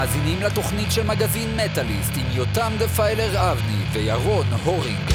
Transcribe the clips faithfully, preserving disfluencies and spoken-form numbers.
מאזינים לתוכנית של מגזין מטאליסט עם יותם דפיילר אבני וירון הורינג.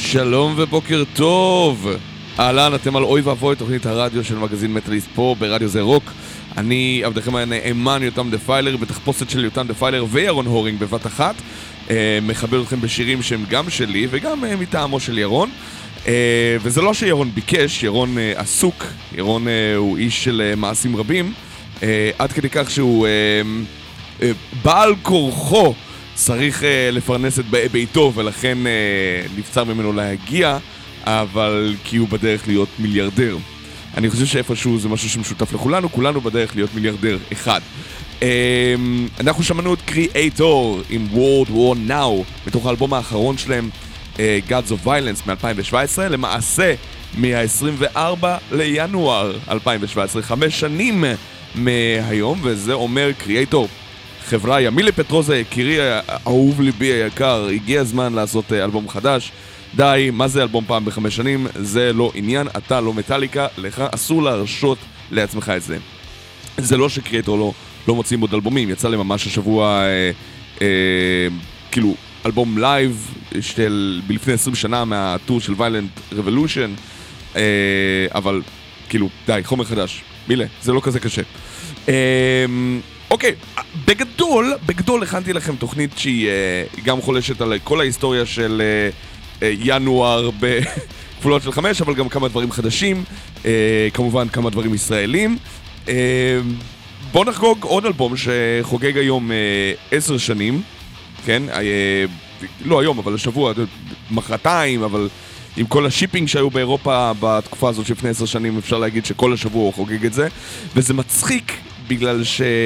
שלום ובוקר טוב. אהלן, אתם על אוי ואבוי, תוכנית הרדיו של מגזין מטאליסט פה ברדיו זה רוק. אני עבדכם הנאמן יותם דפיילר, בתחפושת של יותם דפיילר וירון הורינג בבת אחת. אה, מחבר אתכם בשירים שהם גם שלי וגם אה, מטעמו של ירון. אה, וזה לא שירון ביקש, ירון אה, עסוק, ירון אה, הוא איש של אה, מעשים רבים, אה, עד כדי כך שהוא אה, אה, בעל כורחו צריך אה, לפרנס את ביתו, ולכן אה, נבצר ממנו להגיע, אבל כי הוא בדרך להיות מיליארדר. אני חושב שאיפשהו זה משהו שמשותף לכולנו, כולנו בדרך להיות מיליארדר אחד. אה, אנחנו שמענו את קריאייטור עם World War Now, מתוך האלבום האחרון שלהם, אה, Gods of Violence מ-אלפיים שבע עשרה, למעשה מה-עשרים וארבעה לינואר אלפיים שבע עשרה, חמש שנים מהיום, וזה אומר קריאייטור. חברה, מילה פטרוזה, יקירי, אהוב ליבי היקר, הגיע הזמן לעשות אלבום חדש. די, מה זה אלבום פעם בחמש שנים? זה לא עניין, אתה לא מטליקה, לך אסור להרשות לעצמך את זה. זה לא שקריאייטור לא, לא מוצאים עוד אלבומים, יצא להם ממש השבוע, אה, אה, כאילו, אלבום לייב של לפני עשרים שנה מהטור של Violent Revolution, אה, אבל כאילו, די, חומר חדש. מילה, זה לא כזה קשה. אה, אוקיי, בגדול, בגדול הכנתי לכם תוכנית שהיא uh, גם חולשת על כל ההיסטוריה של uh, uh, ינואר בכפולות של חמש, אבל גם כמה דברים חדשים, uh, כמובן כמה דברים ישראלים. Uh, בואו נחגוג עוד אלבום שחוגג היום uh, עשר שנים, כן? Uh, לא היום, אבל השבוע, מחרתיים, אבל עם כל השיפינג שהיו באירופה בתקופה הזאת שלפני עשר שנים, אפשר להגיד שכל השבוע הוא חוגג את זה, וזה מצחיק, בגלל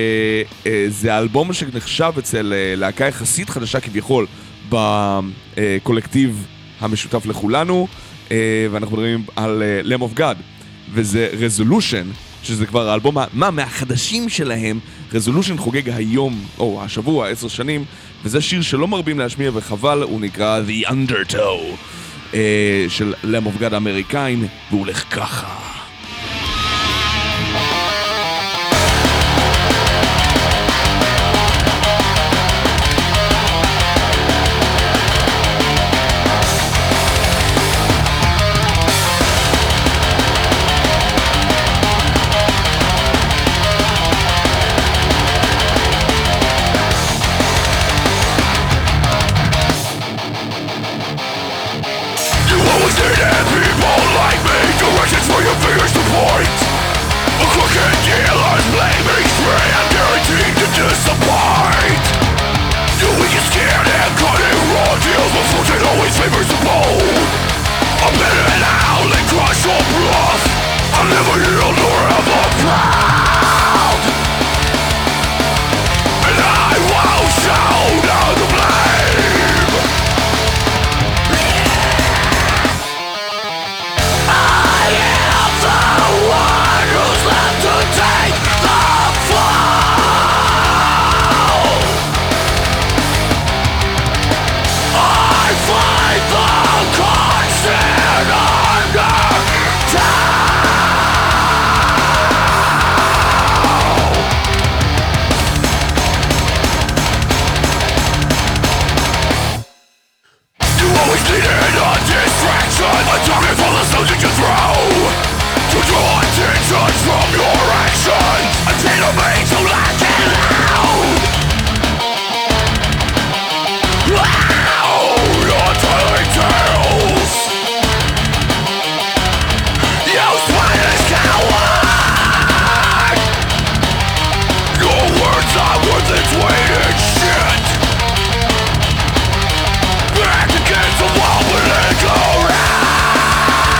שזה האלבום שנחשב אצל להקה יחסית חדשה כביכול בקולקטיב המשותף לכולנו, ואנחנו מדברים על Lamb of God, וזה Resolution, שזה כבר האלבום מה מהחדשים שלהם. Resolution חוגג היום, או השבוע, עשר שנים, וזה שיר שלא מרבים להשמיע וחבל, הוא נקרא The Undertow של Lamb of God האמריקאים, והוא הולך ככה.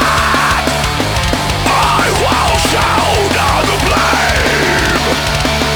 I will shout out the blame.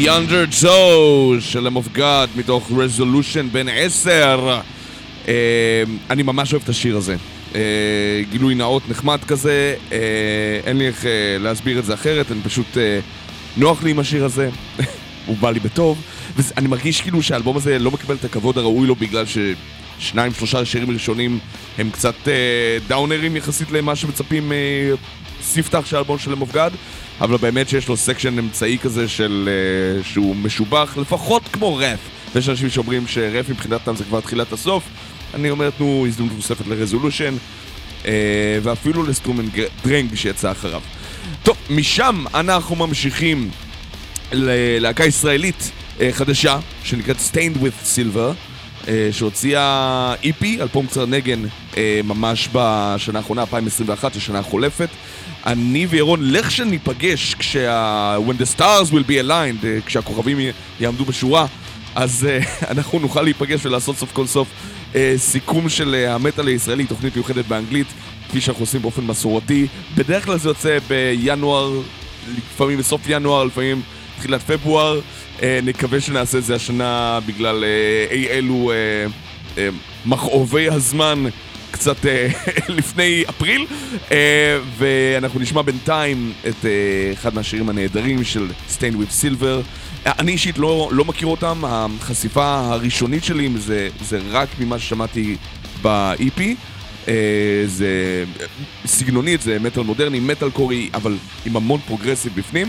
Yonder Joe של Lamb of God מתוך Resolution בן עשר. אני ממש אוהב את השיר הזה, גילוי נאות נחמד כזה, אין לי איך להסביר את זה אחרת, אני פשוט נוח לי עם השיר הזה, הוא בא לי בטוב, ואני מרגיש כאילו שהאלבום הזה לא מקבל את הכבוד הראוי לו בגלל ששניים שלושה שירים ראשונים הם קצת דאונרים יחסית למה שמצפים ספתח של האלבום של Lamb of God, אבל באמת שיש לו סקשן אמצעי כזה של שהוא משובח לפחות כמו רף, ויש אנשים שאומרים שרף מבחינתם זה כבר תחילת הסוף. אני אומר תנו הזדמנות נוספת לרזולושן ואפילו לסטרומן דרנג שיצא אחריו. טוב, משם אנחנו ממשיכים ללהקה ישראלית חדשה שנקראת Stained with Silver, שהוציאה אי פי, אלבום קצר נגן, ממש בשנה האחרונה, אלפיים עשרים ואחת, השנה החולפת. אני וירון לכשן ניפגש כשה When the stars will be aligned, כשהכוכבים יעמדו בשורה, אז uh, אנחנו נוכל להיפגש ולעשות סוף כל סוף uh, סיכום של uh, המטל הישראלי, תוכנית מיוחדת באנגלית, כפי שאנחנו עושים באופן מסורתי. בדרך כלל זה יוצא בינואר, לפעמים בסוף ינואר, לפעמים תחילת פברואר. uh, נקווה שנעשה את זה השנה בגלל uh, אי אלו uh, uh, מכאובי הזמן קצת uh, לפני אפריל, uh, ואנחנו נשמע בינתיים את uh, אחד מהשירים הנהדרים של Stained with Silver. אני אישית לא, לא מכיר אותם, החשיפה הראשונית שלי זה, זה רק ממה ששמעתי ב-אי פי, זה סגנונית, זה מטל מודרני, מטל קורי, אבל עם המון פרוגרסיב בפנים,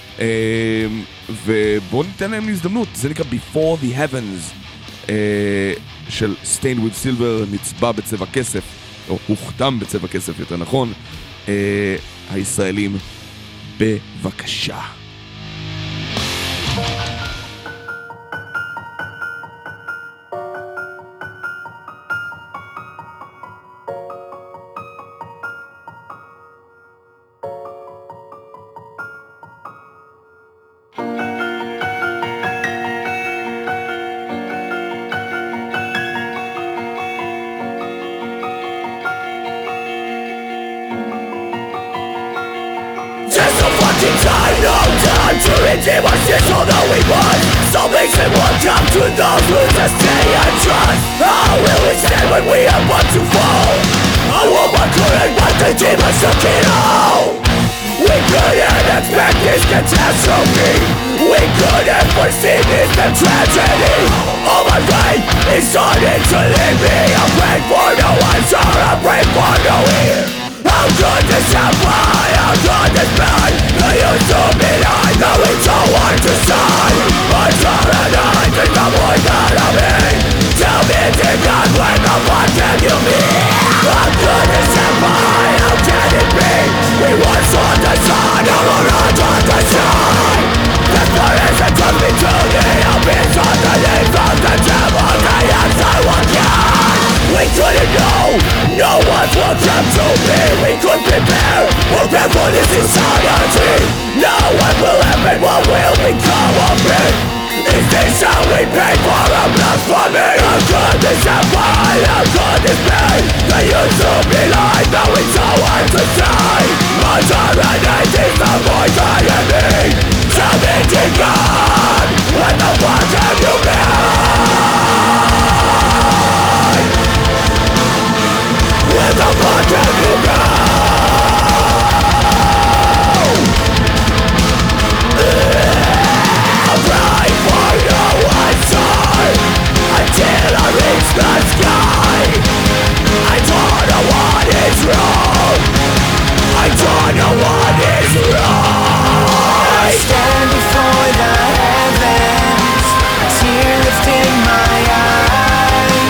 ובואו ניתן להם להזדמנות. זה נקרא Before the Heavens של Stained with Silver, נצבע בצבע כסף, או הוכתם בצבע כסף יותר נכון. הישראלים, בבקשה. Redeem our sins, although we must. Salvation will come to those who just stay and trust. How will we stand when we are about to fall? I will not correct what the demons took it all. We couldn't expect this catastrophe. We couldn't foresee this damn tragedy. All my faith is starting to leave me. I pray for no answer, I pray for no ear. How could this happen? How could this be? I used to be like that we don't want to sign. I try to think of what that I mean. Tell me deep down when the fuck can you be? How could this happen? How can it be? We once saw the sun, now we're not on the shine. Desperation took me to the abyss underneath of the devil. The answer was yes. We couldn't know, no one will come to me. We couldn't prepare, we're prepared for this insanity. No one will happen, what will become of me? Is this how we pay for a blasphemy? How could this happen? How could this be? They used to be like that we so hard to say. But already is the voice I am in. Tell me to God, what the fuck have you been? Where the fuck have you gone? I'll cry for no answer until I reach the sky. I don't know what is wrong. I don't know what is wrong. I stand before the heavens, a tear lifting my eyes.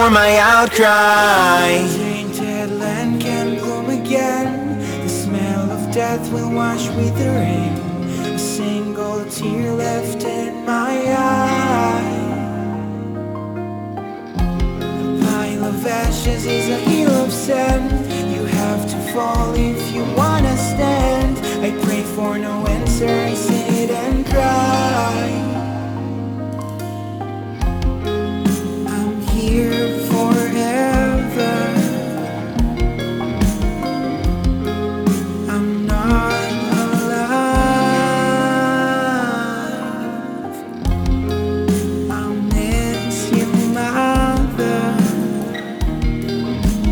for my outcry. Tainted land can bloom again. The smell of death will wash with the rain. A single tear left in my eye. A pile of ashes is a hill of sand. You have to fall if you wanna stand. I pray for no answer, I sit and cry. I'm here forever. I'm not alive. I'll miss you, mother.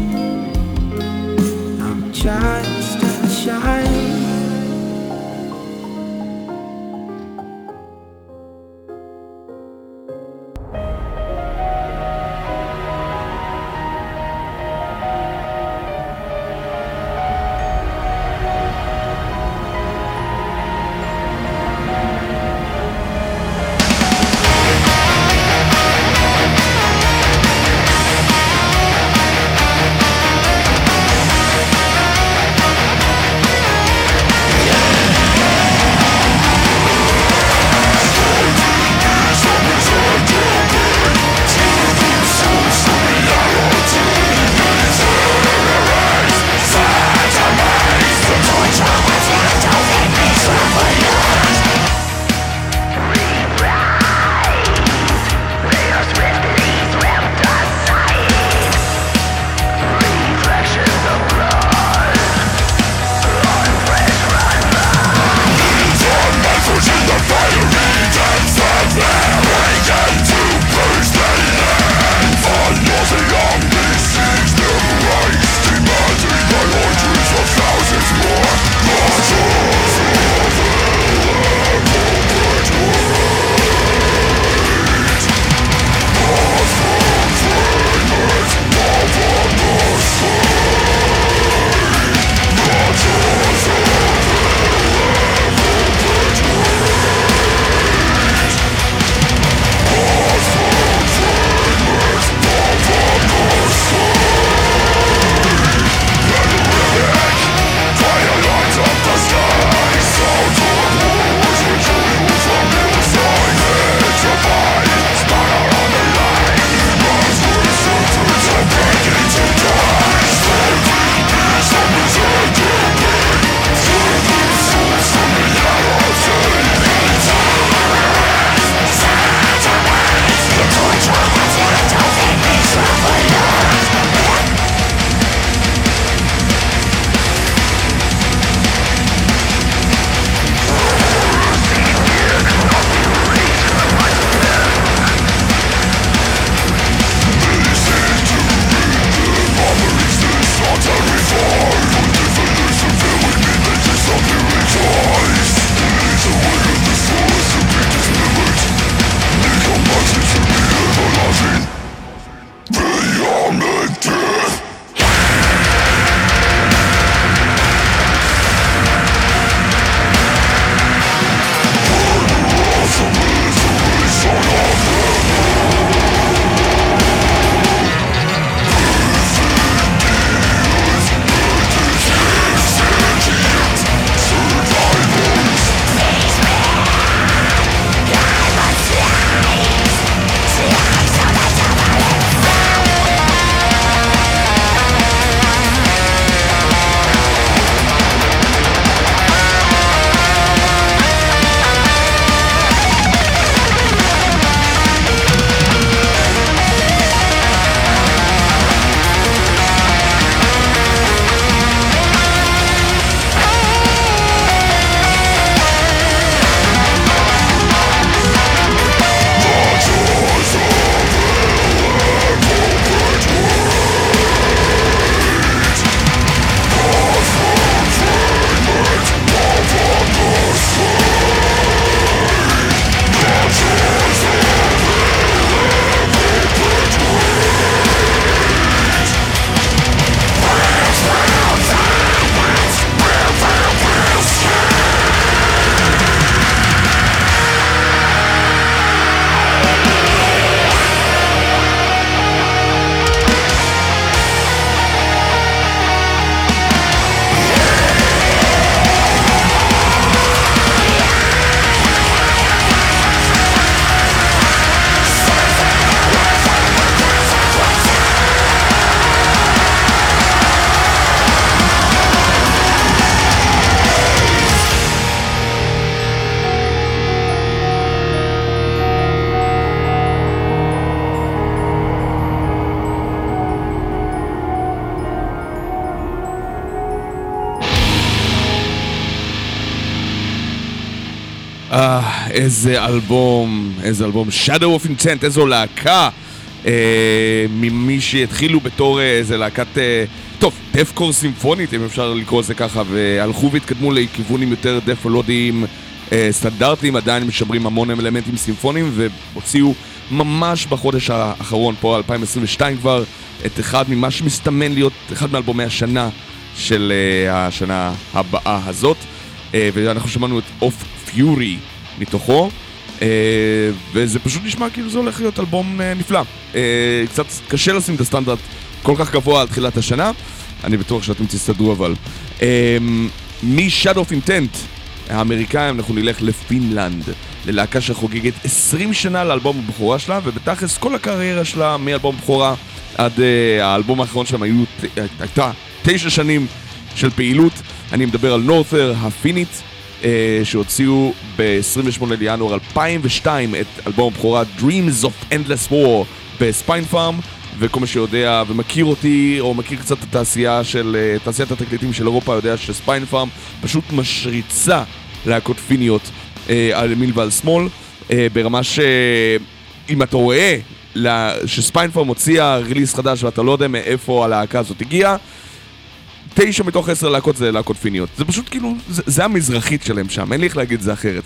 איזה אלבום, איזה אלבום, Shadow of Intent, איזו להקה, אה, ממי שהתחילו בתור איזה להקת, אה, טוב, דפקור סימפונית, אם אפשר לקרוא לזה ככה, והלכו והתקדמו לכיוונים יותר דפולודיים, אה, סטנדרטיים, עדיין משמרים המון אלמנטים סימפוניים, והוציאו ממש בחודש האחרון, פה אלפיים עשרים ושתיים כבר, את אחד ממה שמסתמן להיות אחד מאלבומי השנה של uh, השנה הבאה הזאת, uh, ואנחנו שמענו את Of Fury מתוכו, uh, וזה פשוט נשמע כאילו זה הולך להיות אלבום uh, נפלא. uh, קצת קשה לשים את הסטנדרט כל כך גבוה על תחילת השנה, אני בטוח שאתם תסתדרו אבל. uh, מ-Shadow of Intent האמריקאים אנחנו נלך לפינלנד, ללהקה שחוגגת עשרים שנה לאלבום הבכורה שלה, ובתכלס כל הקריירה שלה מאלבום בכורה עד uh, האלבום האחרון שלהם היו, הייתה תשע שנים של פעילות. אני מדבר על נורת'ר הפינית, uh, שהוציאו ב-עשרים ושמונה לינואר אלפיים ושתיים את אלבום הבכורה Dreams of Endless War בספיין פארם, וכל מי שיודע ומכיר אותי או מכיר קצת את התעשייה של, uh, תעשיית התקליטים של אירופה יודע שספיין פארם פשוט משריצה להקות פיניות uh, על ימין ועל שמאל, uh, ברמה שאם אתה רואה שספיין פארם הוציאה ריליס חדש ואתה לא יודע מאיפה הלהקה הזאת הגיעה, תשע מתוך עשר להקות זה להקות פיניות. זה פשוט כאילו, זה, זה המזרחית שלהם שם, אין לי איך להגיד את זה אחרת.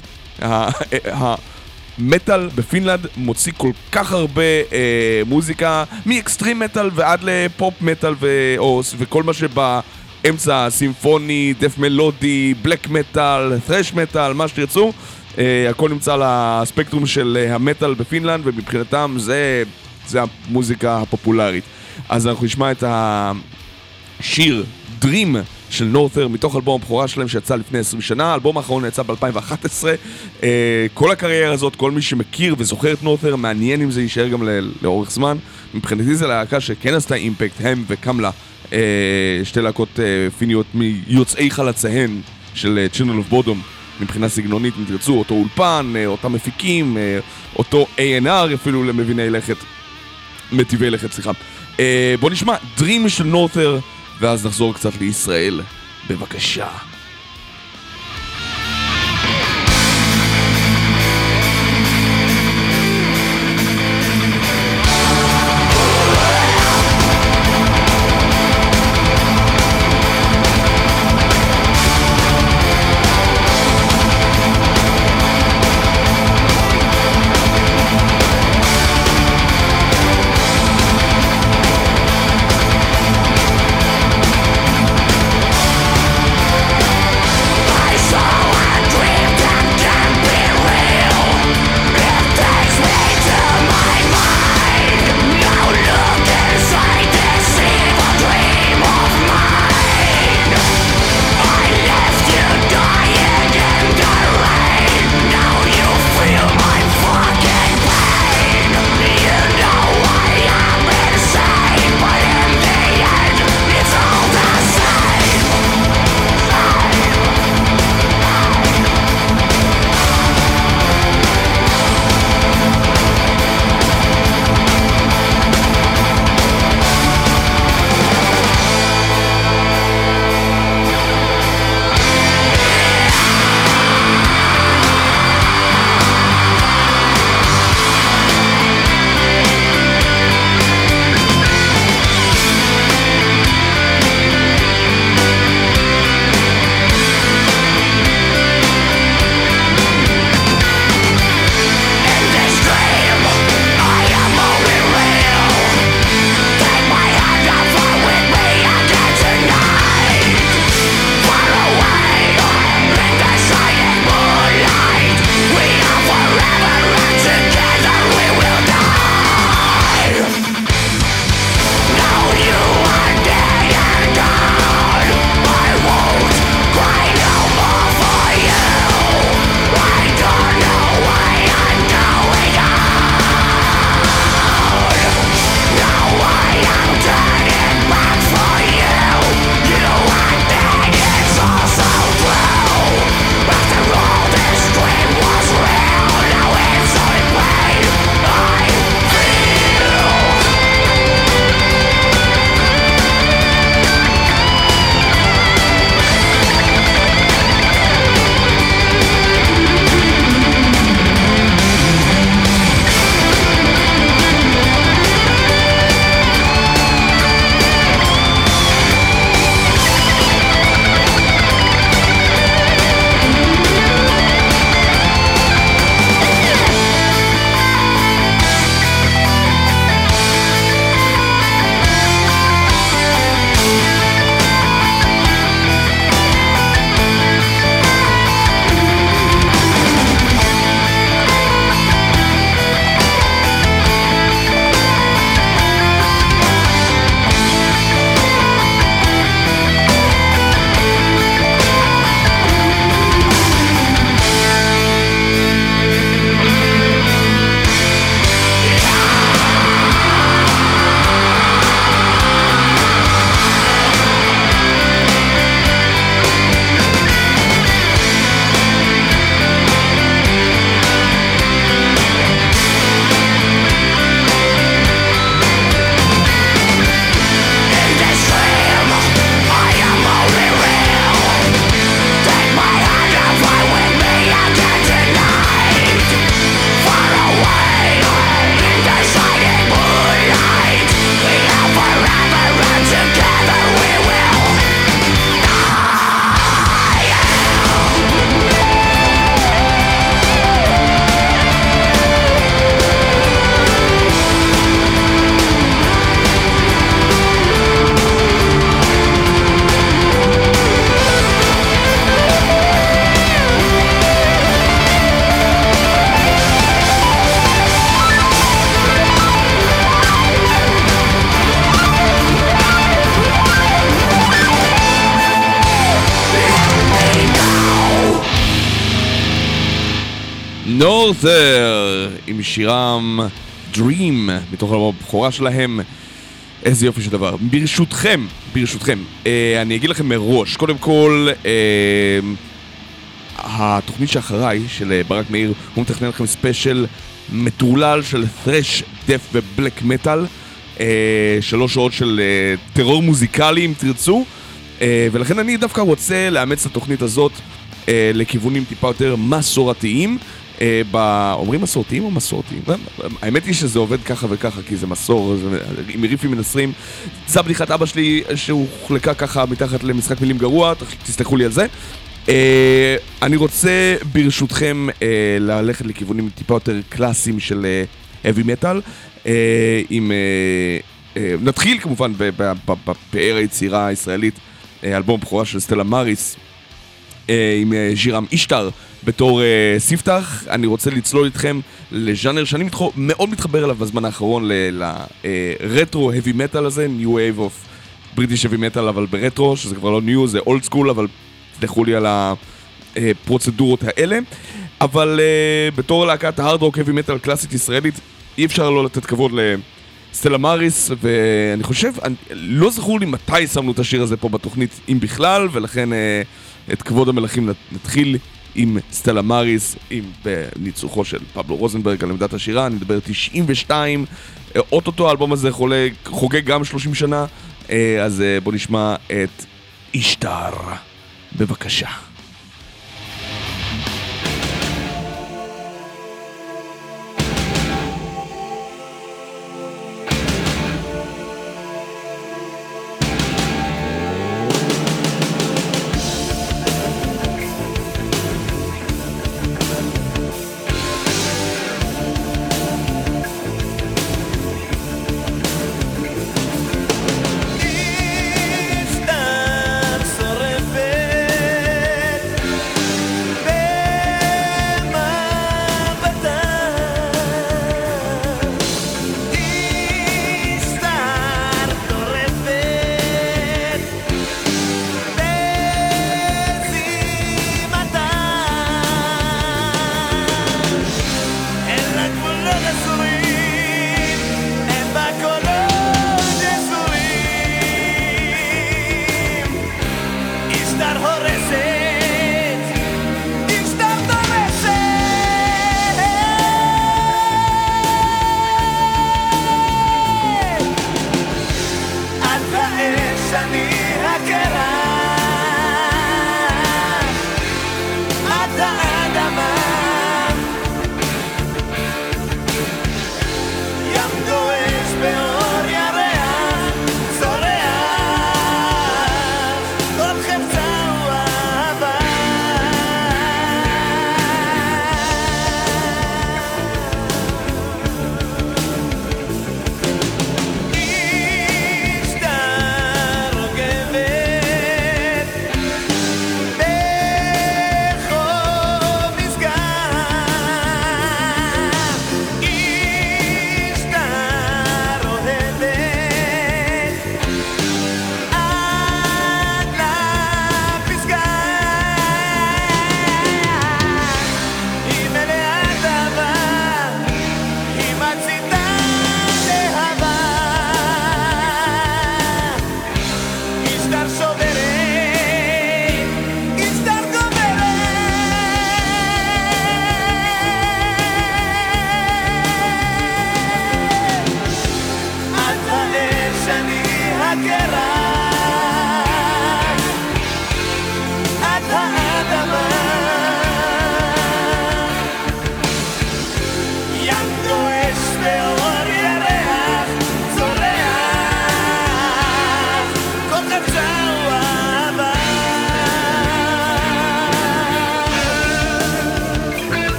המטל בפינלנד מוציא כל כך הרבה אה, מוזיקה, מאקסטרים מטל ועד לפופ מטל ו- או, וכל מה שבאמצע, סימפוני, דף מלודי, בלק מטל, ת'רש מטל, מה שתרצו. Uh, הכל נמצא על הספקטרום של uh, המטל בפינלנד, ומבחינתם זה, זה המוזיקה הפופולרית. אז אנחנו נשמע את השיר Dream של נורת'ר מתוך אלבום הבכורה שלהם שיצא לפני עשרים שנה. האלבום האחרון יצא ב-אלפיים ואחת עשרה. uh, כל הקריירה הזאת, כל מי שמכיר וזוכר את נורת'ר, מעניין אם זה יישאר גם ל- לאורך זמן. מבחינתי זה להקה שכן עשתה אימפקט, הם וקמלה, uh, שתי להקות uh, פיניות מיוצאי חלציהן של uh, Children of Bodom. מבחינה סגנונית, אם תרצו, אותו אולפן, אותם מפיקים, אותו איי אנד אר אפילו למביני לכת, מטיבי לכת, סליחה. בוא נשמע Dream של נורת'ר, ואז נחזור קצת לישראל. בבקשה. We'll be right back. נורת'ר עם שירם Dream מתוך אלבום הבכורה שלהם. איזה יופי של דבר. ברשותכם, ברשותכם, אה, אני אגיד לכם מראש, קודם כל, אה, התוכנית שאחריי של ברק מאיר, הוא מתכנן לכם ספיישל מטורלל של thrash, death ובלק מטל, אה, שלוש שעות של אה, טרור מוזיקלי אם תרצו, אה, ולכן אני דווקא רוצה לאמץ את התוכנית הזאת אה, לכיוונים טיפה יותר מסורתיים. אה, אומרים מסורתיים או מסורתיים? האמת היא שזה עובד ככה וככה, כי זה מסור, זה, עם ריפים מנסרים. זה בדיחת אבא שלי שהוחלקה ככה מתחת למשחק מילים גרוע, תסתכלו לי על זה. אה, אני רוצה ברשותכם אה, ללכת לכיוונים טיפה יותר קלאסיים של heavy metal, אה, עם, אה, אה, נתחיל כמובן בפאר היצירה הישראלית, אה, אלבום בכורה של סטלה מאריס, אה, עם אה, שירם אישטר בתור uh, ספתח. אני רוצה לצלול איתכם לז'אנר שאני מתח... מאוד מתחבר אליו בזמן האחרון, לרטרו heavy metal הזה, new wave of British heavy metal, אבל ברטרו, שזה כבר לא new, זה old school, אבל תלכו לי על הפרוצדורות האלה. אבל uh, בתור להקת ההארד רוק heavy metal קלאסית ישראלית, אי אפשר לא לתת כבוד לסטלה מאריס, ואני חושב, אני... לא זכור לי מתי שמנו את השיר הזה פה בתוכנית, אם בכלל, ולכן uh, את כבוד המלכים נתחיל עם סטלה מאריס, עם בניצוחו של פבלו רוזנברג על עמדת השירה. אני מדבר תשעים ושתיים, אוטוטו האלבום הזה חולק, חוגג גם שלושים שנה, אז בוא נשמע את אישטר, בבקשה. Stan שורפת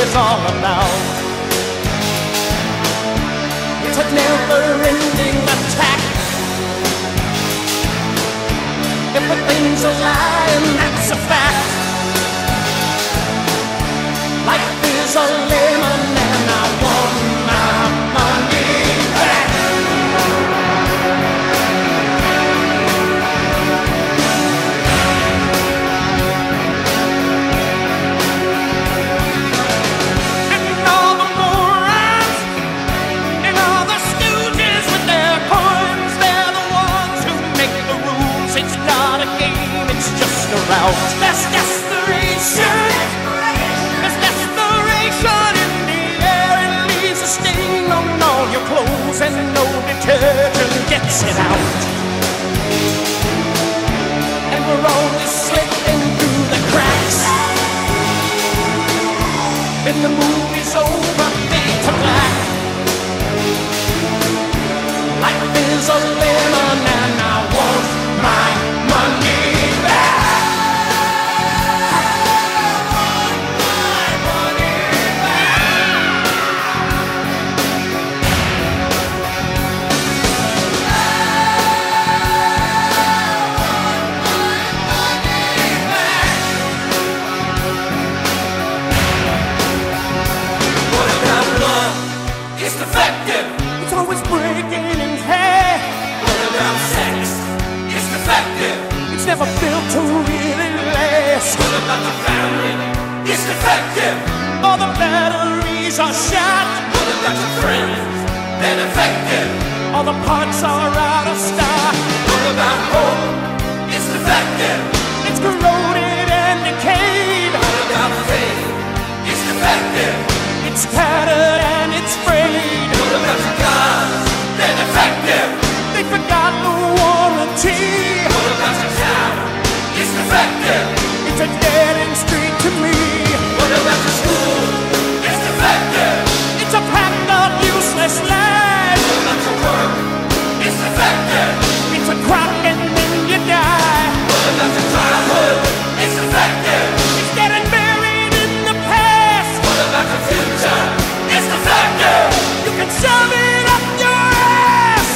is all about. It's a never-ending attack. Everything's a lie and that's a fact. Life is a lemon and I want my money back. And all the morons and all the stooges with their coins, they're the ones who make the rules. It's not a game, it's just a route. That's desperation. There's desperation in the air. It leaves a stain on all your clothes and no detergent gets it out. And we're always slipping through the cracks. And the movie's over, fade to black. Life is a lemon and I want my money back. It's always breaking in half. What about sex? It's defective. It's never built to really last. What about the family? It's defective. All the batteries are shot. What about your friends? They're defective. All the parts are out of stock. What about hope? It's defective. It's corroded and decayed. What about faith? It's defective. It's tattered and it's frayed. What about your cars? They're defective. They forgot the warranty. What about your town? It's defective. It's a dead-end street to me. What about your school? It's defective. It's a packed up, useless land. What about your work? It's defective. It's a crop and then you die. What about your childhood? It's defective. It's getting buried in the past. What about your future? It's defective. You can shove it up your ass.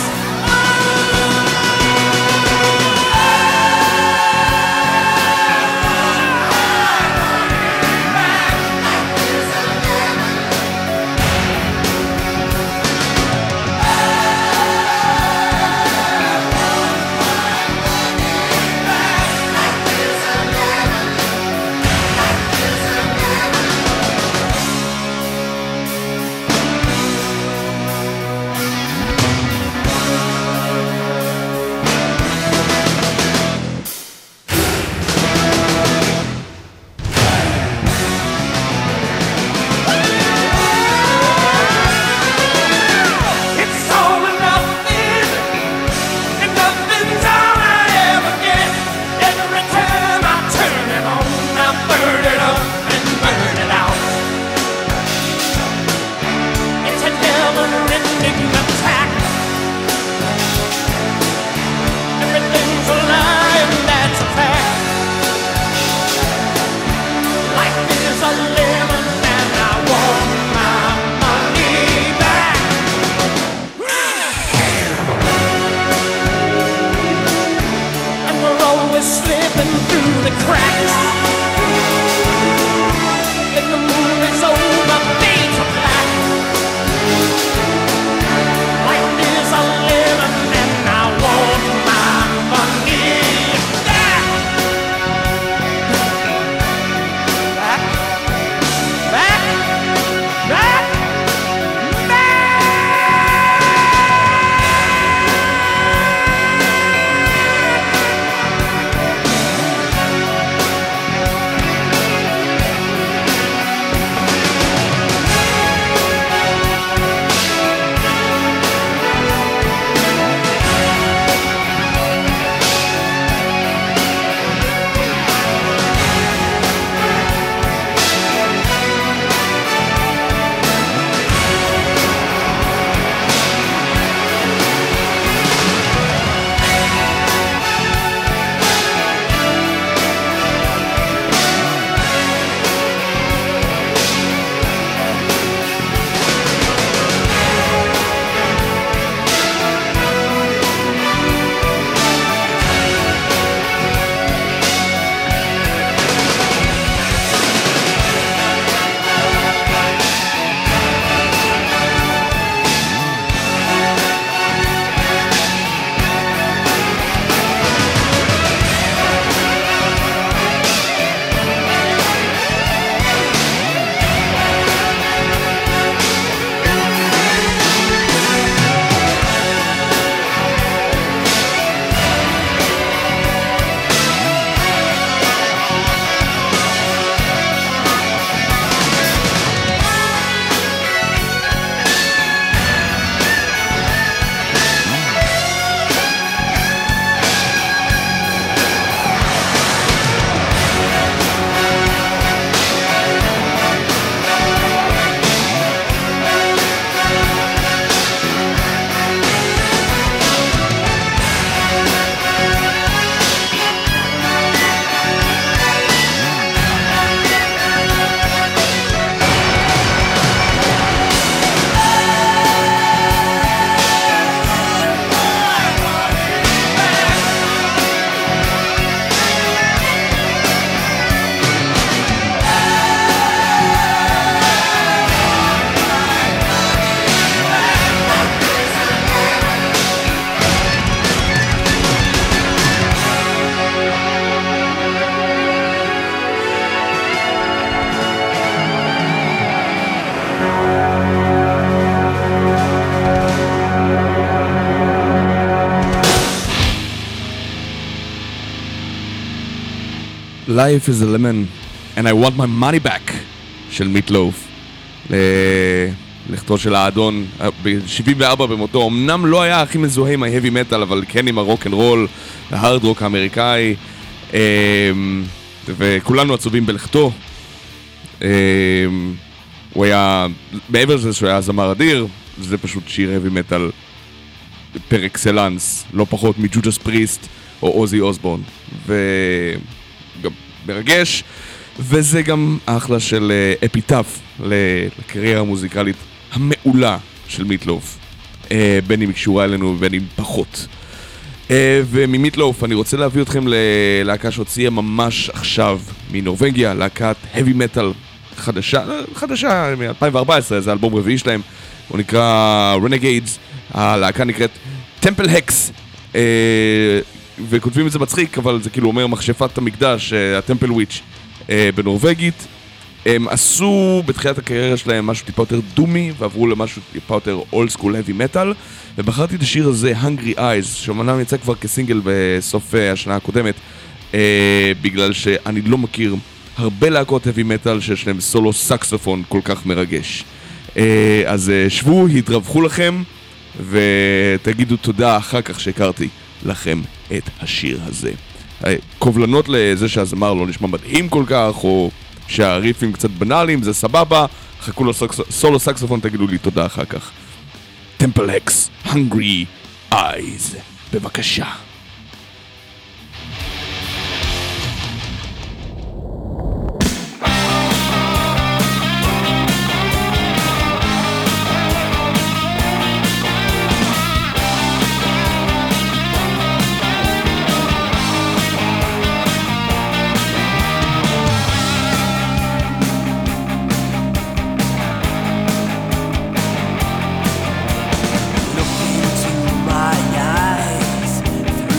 Life is a lemon and I want my money back של מיטלוף. לכתו של האדון ב-שבעים וארבע במותו. אמנם לא היה הכי מזוהה עם ההאבי מטל, אבל כן עם הרוק אנד רול, ההארד רוק האמריקאי, וכולנו עצובים בלכתו. הוא היה, מעבר לזה שהוא היה זמר אדיר, זה פשוט שיר האבי מטל פר אקסלנס, לא פחות מג'ודס פריסט או אוזי אוסבורן, וגם מרגש. וזה גם אחלה של אפיטף לקריירה המוזיקלית המעולה של מיטלוף, בין אם היא קשורה אלינו ובין אם פחות. וממיטלוף אני רוצה להביא אתכם ללהקה שהוציאה ממש עכשיו מנורווגיה, להקת heavy metal חדשה, חדשה מ-אלפיים וארבע עשרה, זה אלבום רביעי שלהם, הוא נקרא Renegades, הלהקה נקראת Temple Hex, וכותבים את זה מצחיק, אבל זה כאילו אומר מכשפת המקדש, הטמפל וויץ' בנורווגית. הם עשו בתחילת הקריירה שלהם משהו טיפה יותר דומי, ועברו למשהו טיפה יותר אולד סקול heavy metal, ובחרתי את השיר הזה, Hungry Eyes, שאומנם יצא כבר כסינגל בסוף השנה הקודמת, בגלל שאני לא מכיר הרבה להקות heavy metal שיש להם סולו סקסופון כל כך מרגש. אז שבו, התרווחו לכם, ותגידו תודה אחר כך שהכרתי לכם את השיר הזה. קובלנות לזה שהזמר לא נשמע מדהים כל כך, או שהריפים קצת בנאליים, זה סבבה, חכו לו סולו סקסופון, תגידו לי תודה אחר כך. Temple Hex, Hungry Eyes, בבקשה. Look into my eyes.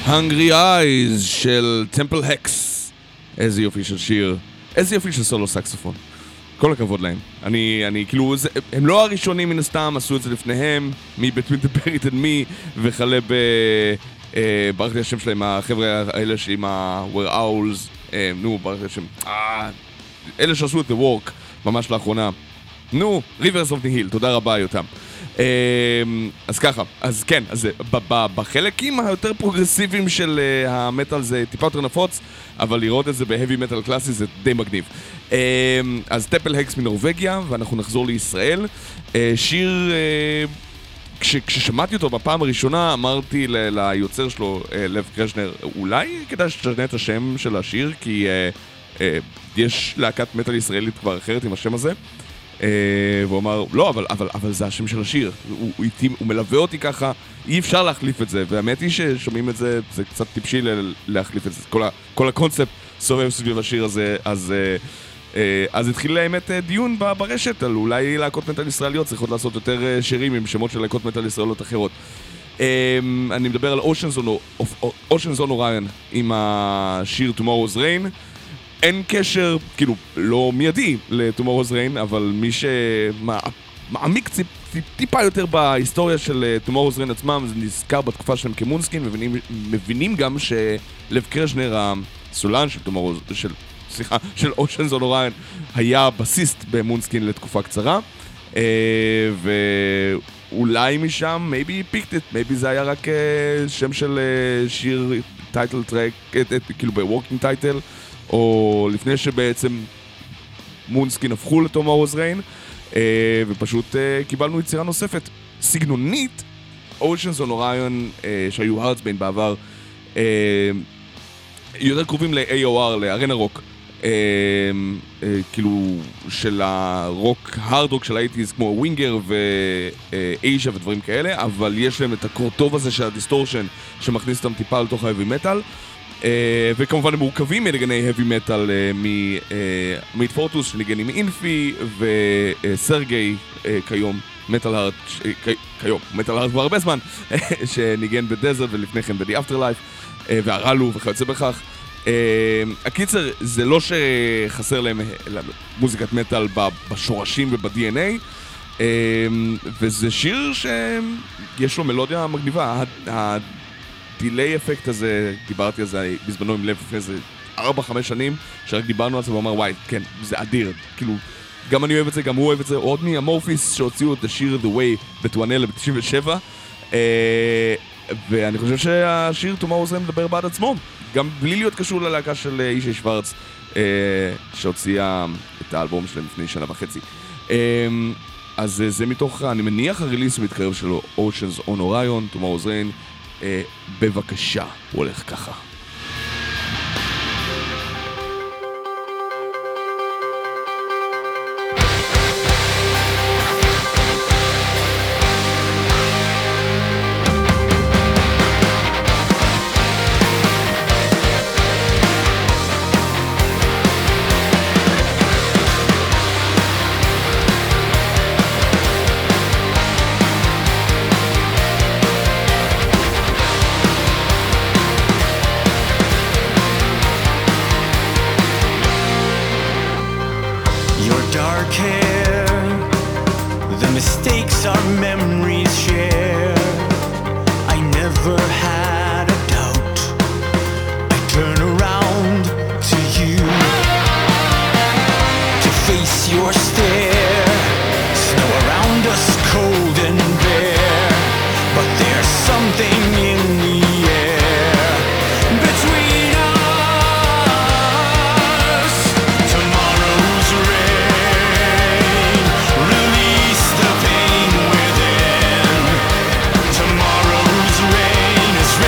Hungry Eyes של טמפל הקס. איזה יופי של שיר, איזה יופי של סולו סקסופון. כל הכבוד להם. אני, אני, כאילו, זה, הם לא הראשונים מן הסתם, עשו את זה לפניהם, מ-Between the Buried and Me, וכלה ב... אה, ברח לי השם שלהם, החבר'ה האלה שעם ה-Were Owls, אה, נו, ברח לי השם, אה, אלה שעשו את The Work, ממש לאחרונה. נו, Rivers of the Hill, תודה רבה יותם. אה, אז ככה, אז כן, אז ב- ב- בחלקים היותר פרוגרסיביים של uh, המטל זה טיפה יותר נפוץ, אבל לראות את זה בהאבי מטל קלאסי זה די מגניב. Uh, אז טמפל הקס מנורווגיה, ואנחנו נחזור לישראל. Uh, שיר, uh, כש, כששמעתי אותו בפעם הראשונה, אמרתי ל- ליוצר שלו, uh, לב קרשנר, אולי כדאי שתשנה את השם של השיר, כי uh, uh, יש להקת מטל ישראלית כבר אחרת עם השם הזה. Uh, והוא אמר, לא, אבל, אבל, אבל זה השם של השיר, הוא, הוא, הוא, הוא מלווה אותי ככה, אי אפשר להחליף את זה, והאמת היא ששומעים את זה, זה קצת טיפשי ל- להחליף את זה, כל, ה, כל הקונספט סובב סביב השיר הזה, אז, uh, uh, אז התחיל האמת uh, דיון ב- ברשת, על אולי להקות מטל ישראליות צריכות לעשות יותר uh, שירים עם שמות של להקות מטל ישראליות אחרות. Um, אני מדבר על Ocean's on Orion עם השיר Tomorrow's Rain, אין קשר, כאילו, לא מיידי ל-Tomorrow's Rain, אבל מי שמעמיק טיפה יותר בהיסטוריה של Tomorrow's Rain עצמם, זה נזכר בתקופה שלהם כמונסקין, מבינים, מבינים גם שלב קרשנר, הסולן של Tomorrow's, של, סליחה, של Ocean's on Orion, היה בסיסט במונסקין לתקופה קצרה, ואולי משם, maybe he picked it, maybe זה היה רק שם של שיר טייטל טרק, כאילו ב-working title, או לפני שבעצם מונסקין הפכו ל-Tomorrow's Rain, אה, ופשוט אה, קיבלנו יצירה נוספת. סגנונית, Ocean's on Orion, אה, שהיו הארדסביין בעבר, אה, יותר קרובים ל-איי או אר, לארנה רוק, אה, אה, כאילו של הרוק, הארד רוק של ה-שמונים, כמו ווינגר ואייז'ה ודברים כאלה, אבל יש להם את הקורטוב הזה של הדיסטורשן, שמכניס אותם טיפה לתוך האבי מטל, Uh, וכמובן הם מורכבים מנגני heavy metal uh, ממיט פורטוס שניגן עם אינפי וסרגי uh, כיום מטל הארט, uh, כיום מטל הארט כבר הרבה זמן שניגן בדזרט ולפני כן ב-The Afterlife uh, והרלו וכיוצא בכך. uh, הקיצר זה לא שחסר להם מוזיקת מטל בשורשים וב-די אן איי, uh, וזה שיר שיש לו מלודיה מגניבה. דיליי אפקט הזה, דיברתי על זה בזמנו עם לב לפני איזה ארבע חמש שנים, שרק דיברנו על זה ואומר וואי, כן, זה אדיר, כאילו, גם אני אוהב את זה, גם הוא אוהב את זה, עוד מהמורפיס שהוציאו את השיר The Way בטואנלה ב-תשעים ושבע, אה, ואני חושב שהשיר Tomorrow's Rain מדבר בעד עצמו, גם בלי להיות קשור ללהקה של אישי שוורץ, אה, שהוציאה את האלבום שלהם לפני שנה וחצי. אה, אז זה מתוך, אני מניח הריליס המתקרב שלו, Ocean's on Orion, Tomorrow's Rain, Uh, בבקשה, הוא הולך ככה. Tomorrow's rain is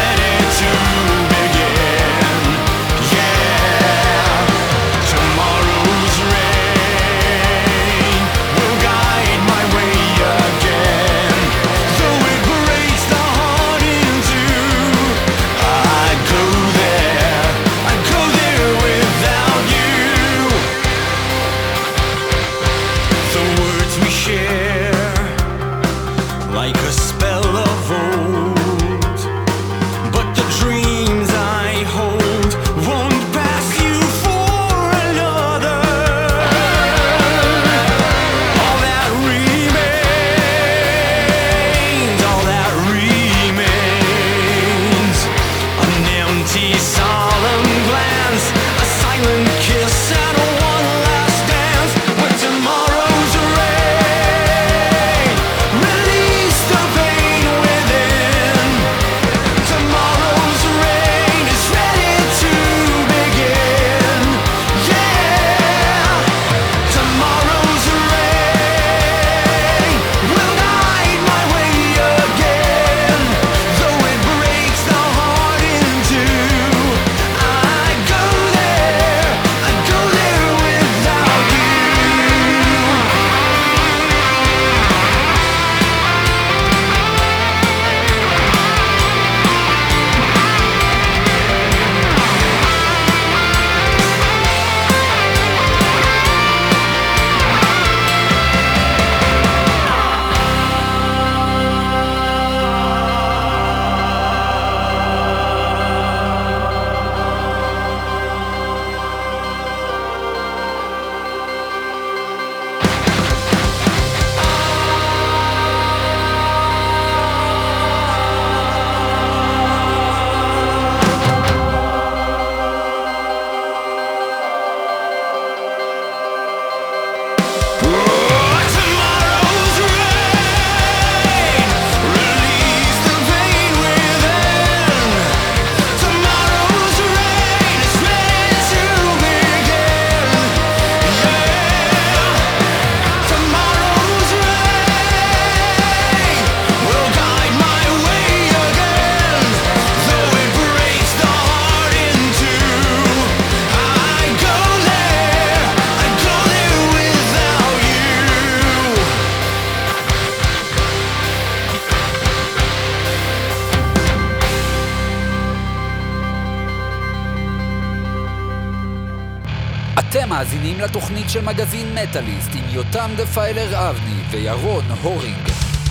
אתם מאזינים לתוכנית של מגזין מטאליסט עם יותם דפיילר אבני וירון הורינג.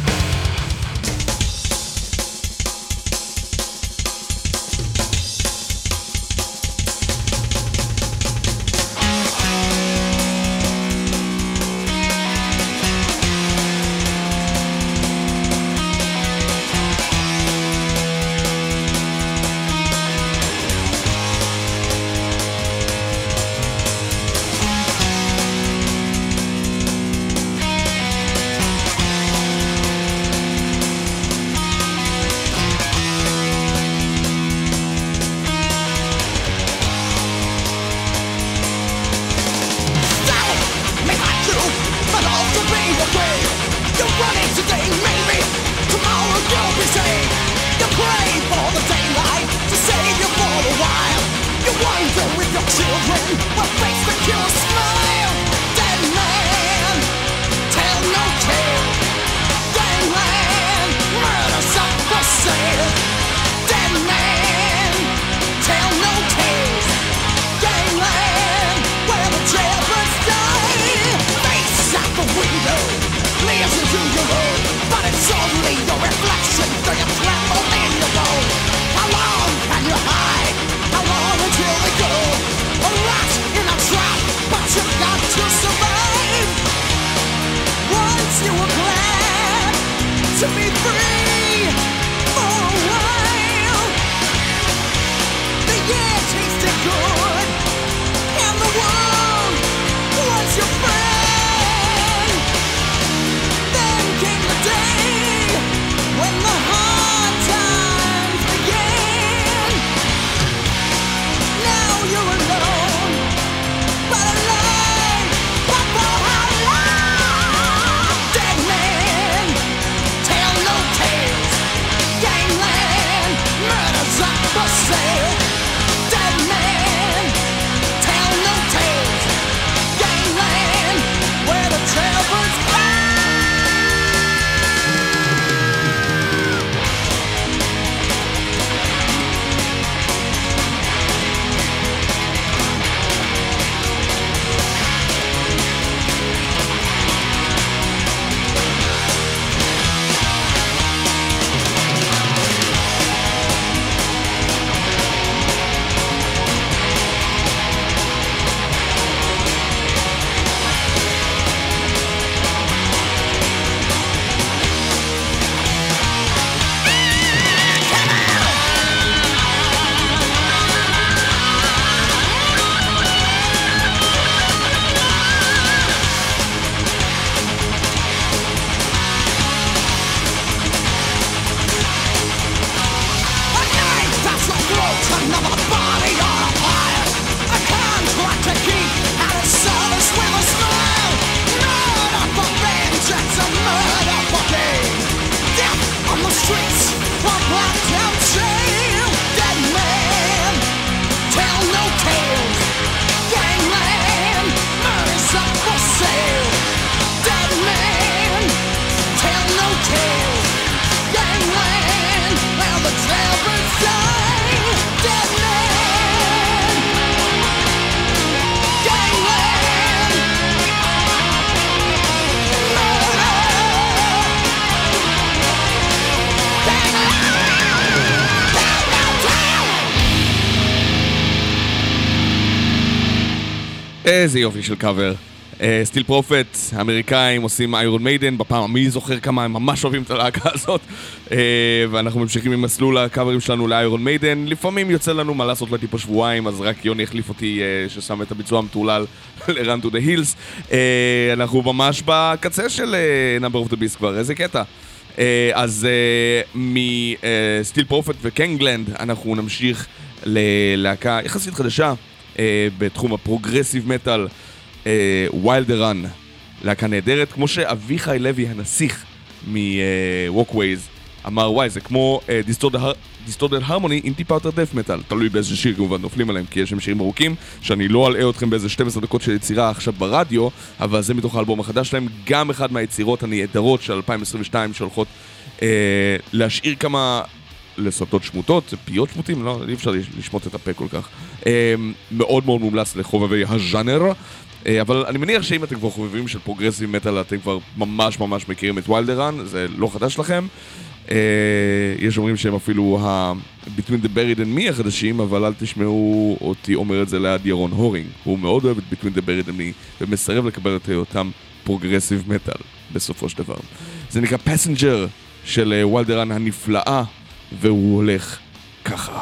איזה יופי של קאבר. סטיל פרופט, האמריקאים עושים איירון מיידן, בפעם מי זוכר כמה הם ממש אוהבים את הלהקה הזאת, ואנחנו ממשיכים עם מסלול הקאברים שלנו לאיירון מיידן. לפעמים יוצא לנו מה לעשות לטיפה שבועיים, אז רק יוני החליף אותי ששם את הביצוע המטולל ל-Run to the Hills. אנחנו ממש בקצה של Number of the Beast כבר, איזה קטע. אז מסטיל פרופט וקנגלנד אנחנו נמשיך ללהקה יחסית חדשה בתחום הפרוגרסיב מטל, ויילדרן, להקה נהדרת, כמו שאביחי לוי הנסיך מ-Walkways אמר, וואי, זה כמו Distorted Harmony עם טיפה יותר דף מטל, תלוי באיזה שיר כמובן נופלים עליהם, כי יש שם שירים ארוכים שאני לא אלאה אתכם באיזה שתים עשרה דקות של יצירה עכשיו ברדיו, אבל זה מתוך האלבום החדש שלהם, גם אחד מהיצירות הנהדרות של אלפיים עשרים ושתיים שהולכות אה, להשאיר כמה לסרטות שמוטות, פיות שמוטים, לא, אי אפשר לשמוט את הפה כל כך. מאוד מאוד מומלץ לחובבי הז'אנר, אבל אני מניח שאם אתם כבר חובבים של פרוגרסיב מטל, אתם כבר ממש ממש מכירים את וילדרן, זה לא חדש לכם. יש אומרים שהם אפילו ה-Between the Buried and Me החדשים, אבל אל תשמעו אותי אומר את זה ליד ירון הורינג. הוא מאוד אוהב את Between the Buried and Me, ומסרב לקבל את אותם פרוגרסיב מטל בסופו של דבר. זה נקרא פסנג'ר של וילדרן הנפלאה, והוא הולך ככה.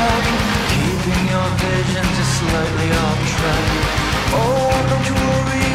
Keeping your vision just slightly off track. Oh, don't you worry,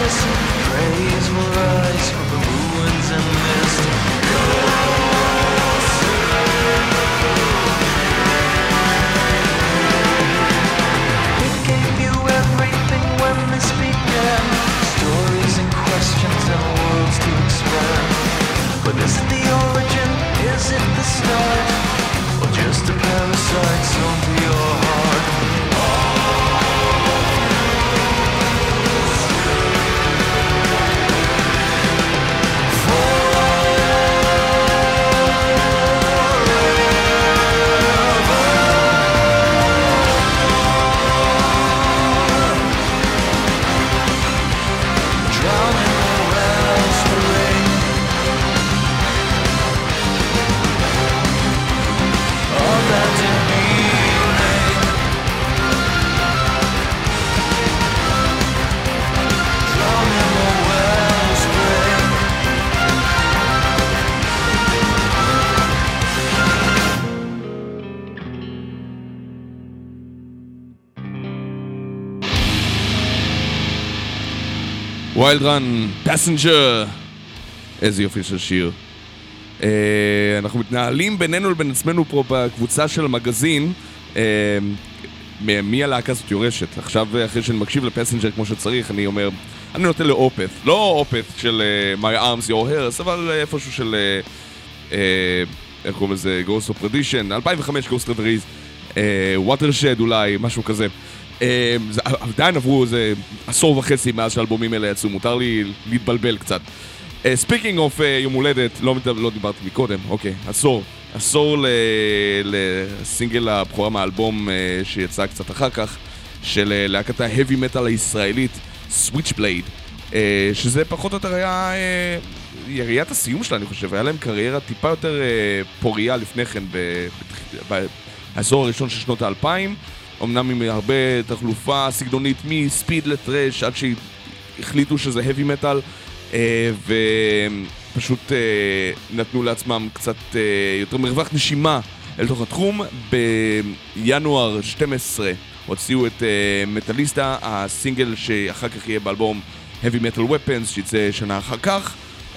ויילד רן, פסנג'ר. איזה יופי של שיר. Uh, אנחנו מתנהלים בינינו לבין עצמנו פה בקבוצה של המגזין. uh, מי הלהקה הזאת יורשת? עכשיו אחרי שאני מקשיב לפסנג'ר כמו שצריך, אני אומר, אני נותן לאופת. לא אופת של uh, My Arms Your Hairs, אבל איפשהו של uh, uh, איך קוראים לזה? Ghost of Perdition, אלפיים וחמש Ghost Reveries, uh, Watershed אולי, משהו כזה. זה, עדיין עברו איזה עשור וחצי מאז שהאלבומים האלה יצאו, מותר לי להתבלבל קצת. ספיקינג אוף יום הולדת, לא, לא דיברתי מקודם, אוקיי, עשור. עשור לסינגל הבכורה מהאלבום uh, שיצא קצת אחר כך, של uh, להקת ההאבי מטל הישראלית, Switchblade, uh, שזה פחות או יותר היה uh, יריית הסיום שלה, אני חושב. היה להם קריירה טיפה יותר uh, פוריה לפני כן, בעשור הראשון של שנות האלפיים, אמנם עם הרבה תחלופה סגנונית מספיד לטרש עד שהחליטו שזה heavy metal, ופשוט נתנו לעצמם קצת יותר מרווח נשימה אל תוך התחום. בינואר שתים עשרה הוציאו את מטליסטה, הסינגל שאחר כך יהיה באלבום Heavy Metal Weapons שיצא שנה אחר כך,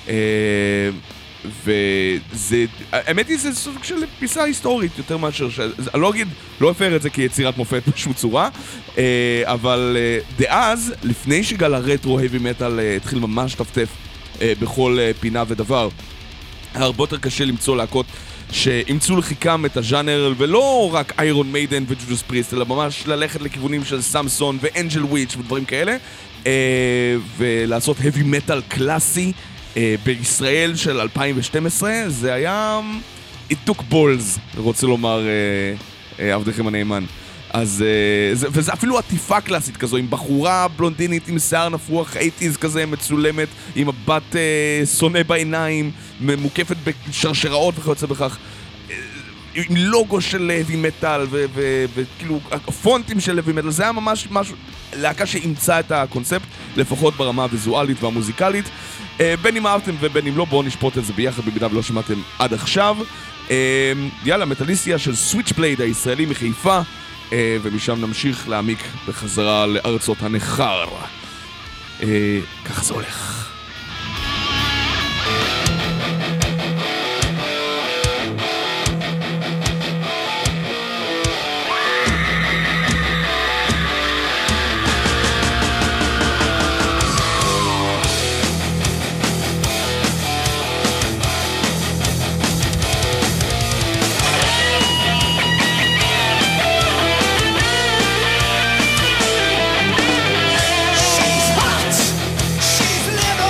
וזה, האמת היא, זה סוג של פיסה היסטורית יותר מאשר, אני לא אגיד, לא אפר את זה כיצירת מופת בשום צורה, אבל דאז, לפני שגל הרטרו heavy metal התחיל ממש טפטף בכל פינה ודבר, הרבה יותר קשה למצוא להקות שאימצו לחיקם את הז'אנר, ולא רק איירון מיידן וג'ודס פריסט, אלא ממש ללכת לכיוונים של סמסון ואנג'ל וויץ' ודברים כאלה, ולעשות heavy metal קלאסי בישראל של אלפיים ושתים עשרה. זה היה it took balls, רוצה לומר עבדכם הנאמן. אז וזה אפילו עטיפה קלאסית כזו, עם בחורה בלונדינית עם שיער נפוח שמונים כזה, מצולמת עם מבט שונא בעיניים, מוקפת בשרשראות וכיוצא בכך, עם לוגו של heavy metal וכאילו הפונטים של heavy metal. זה היה ממש משהו, להקה שאימצה את הקונספט, לפחות ברמה הוויזואלית והמוזיקלית. בין אם אהבתם ובין אם לא, בואו נשפוט את זה ביחד במידה ולא שמעתם עד עכשיו. יאללה, מטליסטיה של Switchblade הישראלי מחיפה, ומשם נמשיך להעמיק בחזרה לארצות הנחר. ככה זה הולך. She's hot, she's living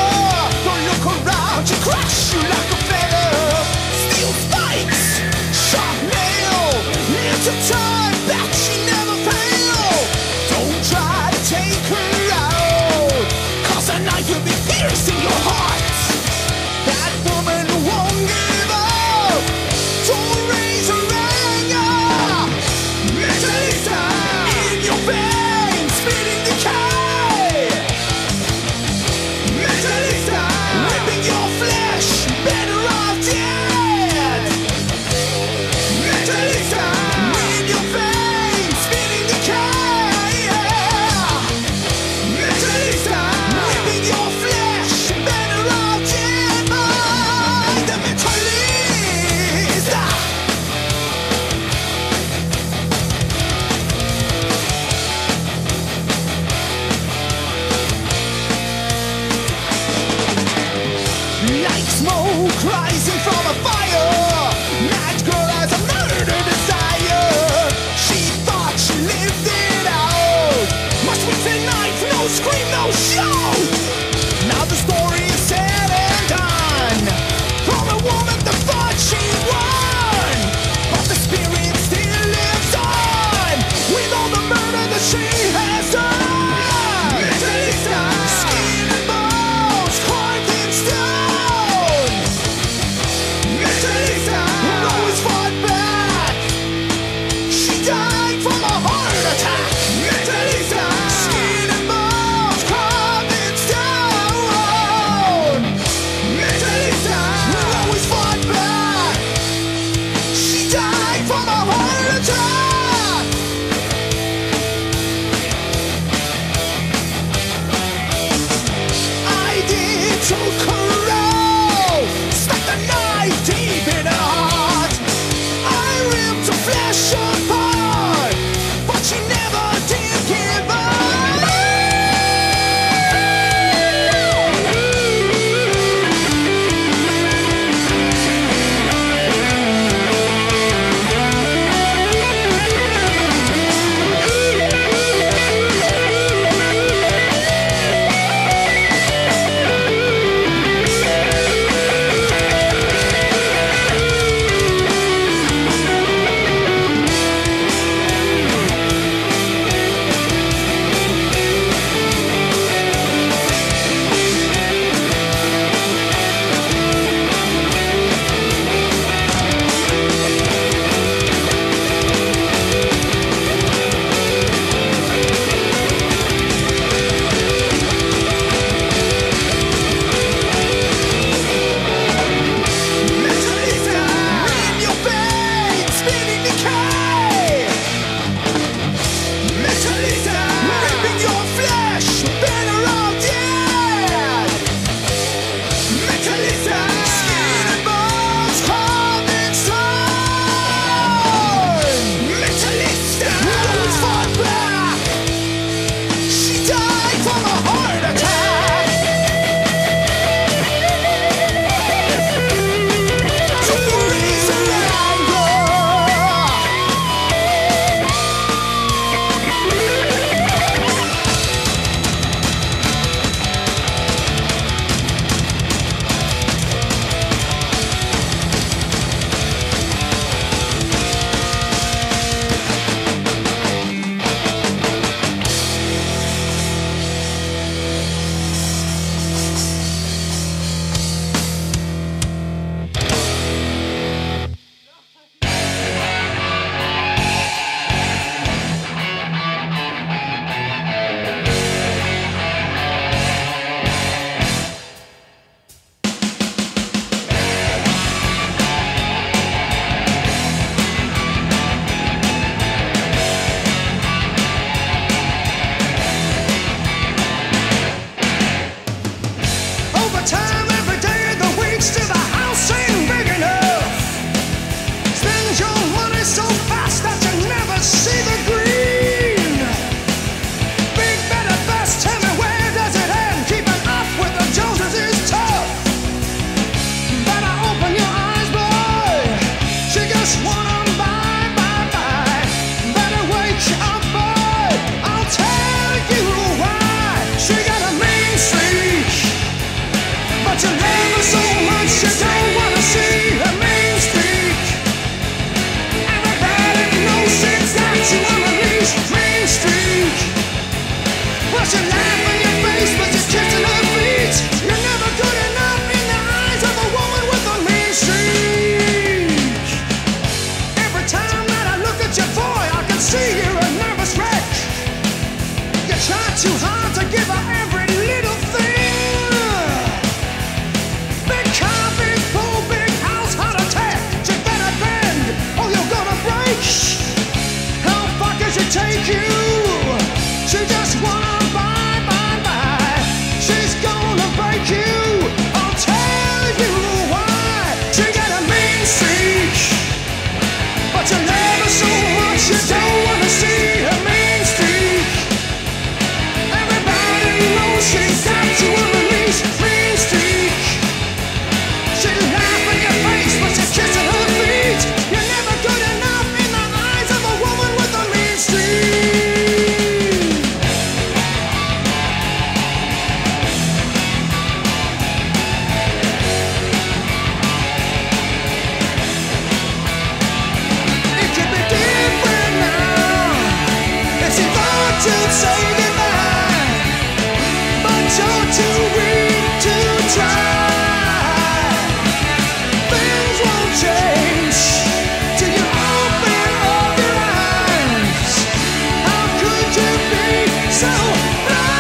to say goodbye, but you're too weak to try. Things won't change till you open up your eyes. How could you be so blind?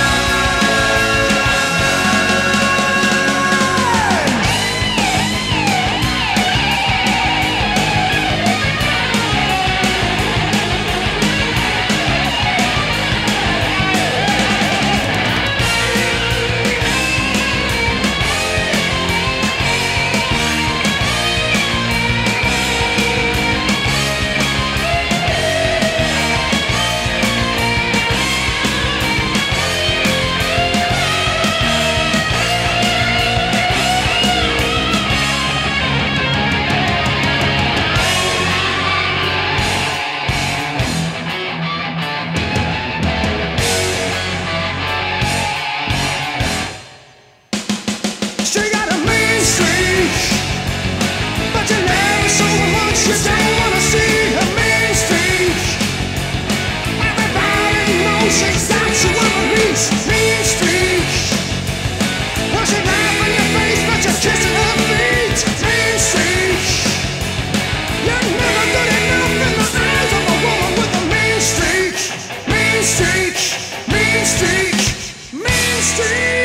She got a mean streak, but you never so much you don't wanna see a mean streak. Everybody knows she's got you on a leash. Mean streak. Well, she laugh in your face, but you're kissing her feet. Mean streak. You're never good enough in the eyes of a woman with a mean streak. Mean streak. Mean streak. Mean streak.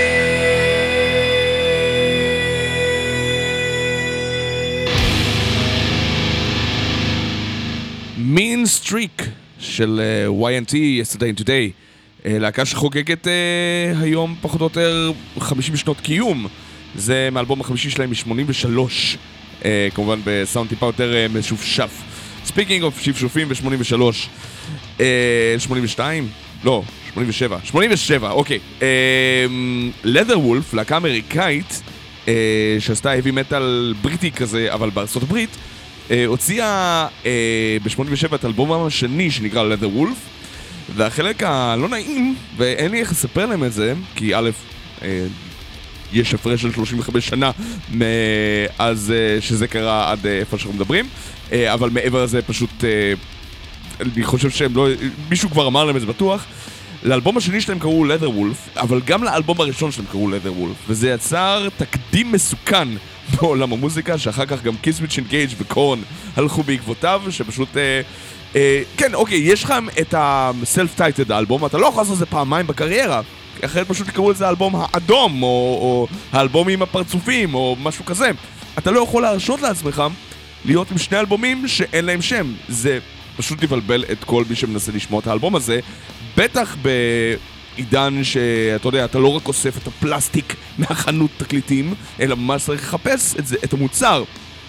מין סטריק של uh, וואי אן טי, Yesterday and Today, uh, להקה שחוגגת uh, היום פחות או יותר חמישים שנות קיום. זה מאלבום החמישי שלהם מ-שמונים ושלוש, uh, כמובן בסאונד טיפה יותר uh, משופשף. ספיקינג אוף שפשופים ב-שמונים ושלוש, uh, שמונים ושתיים? לא, שמונים ושבע. שמונים ושבע, אוקיי. Leather Wolf, להקה אמריקאית uh, שעשתה heavy metal בריטי כזה, אבל בארצות הברית, Uh, הוציאה uh, ב-שמונים ושבע את האלבום השני שנקרא Leather Wolf, והחלק הלא נעים, ואין לי איך לספר להם את זה, כי א', uh, יש הפרש של שלושים וחמש שנה מאז uh, שזה קרה עד uh, איפה שאנחנו מדברים, uh, אבל מעבר לזה פשוט, uh, אני חושב שהם לא, מישהו כבר אמר להם את זה בטוח. לאלבום השני שלהם קראו Leather Wolf, אבל גם לאלבום הראשון שלהם קראו Leather Wolf, וזה יצר תקדים מסוכן בעולם המוזיקה, שאחר כך גם Kiss Switch Engage וקורן הלכו בעקבותיו, שפשוט אה, אה, כן, אוקיי, יש לך את ה-self-titled האלבום, אתה לא יכול לעשות את זה פעמיים בקריירה, אחרת פשוט תקראו את זה האלבום האדום, או, או האלבום עם הפרצופים, או משהו כזה. אתה לא יכול להרשות לעצמך להיות עם שני אלבומים שאין להם שם. זה פשוט לבלבל את כל מי שמנסה לשמוע את האלבום הזה, בטח בעידן שאתה יודע, אתה לא רק אוסף את הפלסטיק מהחנות תקליטים, אלא ממש צריך לחפש את זה, את המוצר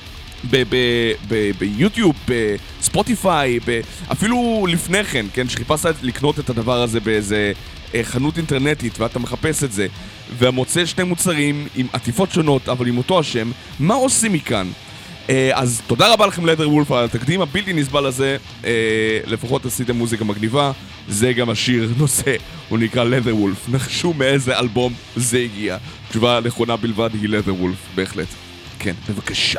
ביוטיוב, בספוטיפיי, אפילו לפני כן, כן, שחיפשת לקנות את הדבר הזה באיזה חנות אינטרנטית, ואתה מחפש את זה, ומוצא שני מוצרים עם עטיפות שונות, אבל עם אותו השם, מה עושים מכאן? אז תודה רבה לכם Leather Wolf על התקדים הבלתי נסבל הזה, לפחות עשיתם מוזיקה מגניבה, זה גם השיר נושא, הוא נקרא Leather Wolf, נחשו מאיזה אלבום זה הגיע. תשובה נכונה בלבד היא Leather Wolf, בהחלט. כן, בבקשה.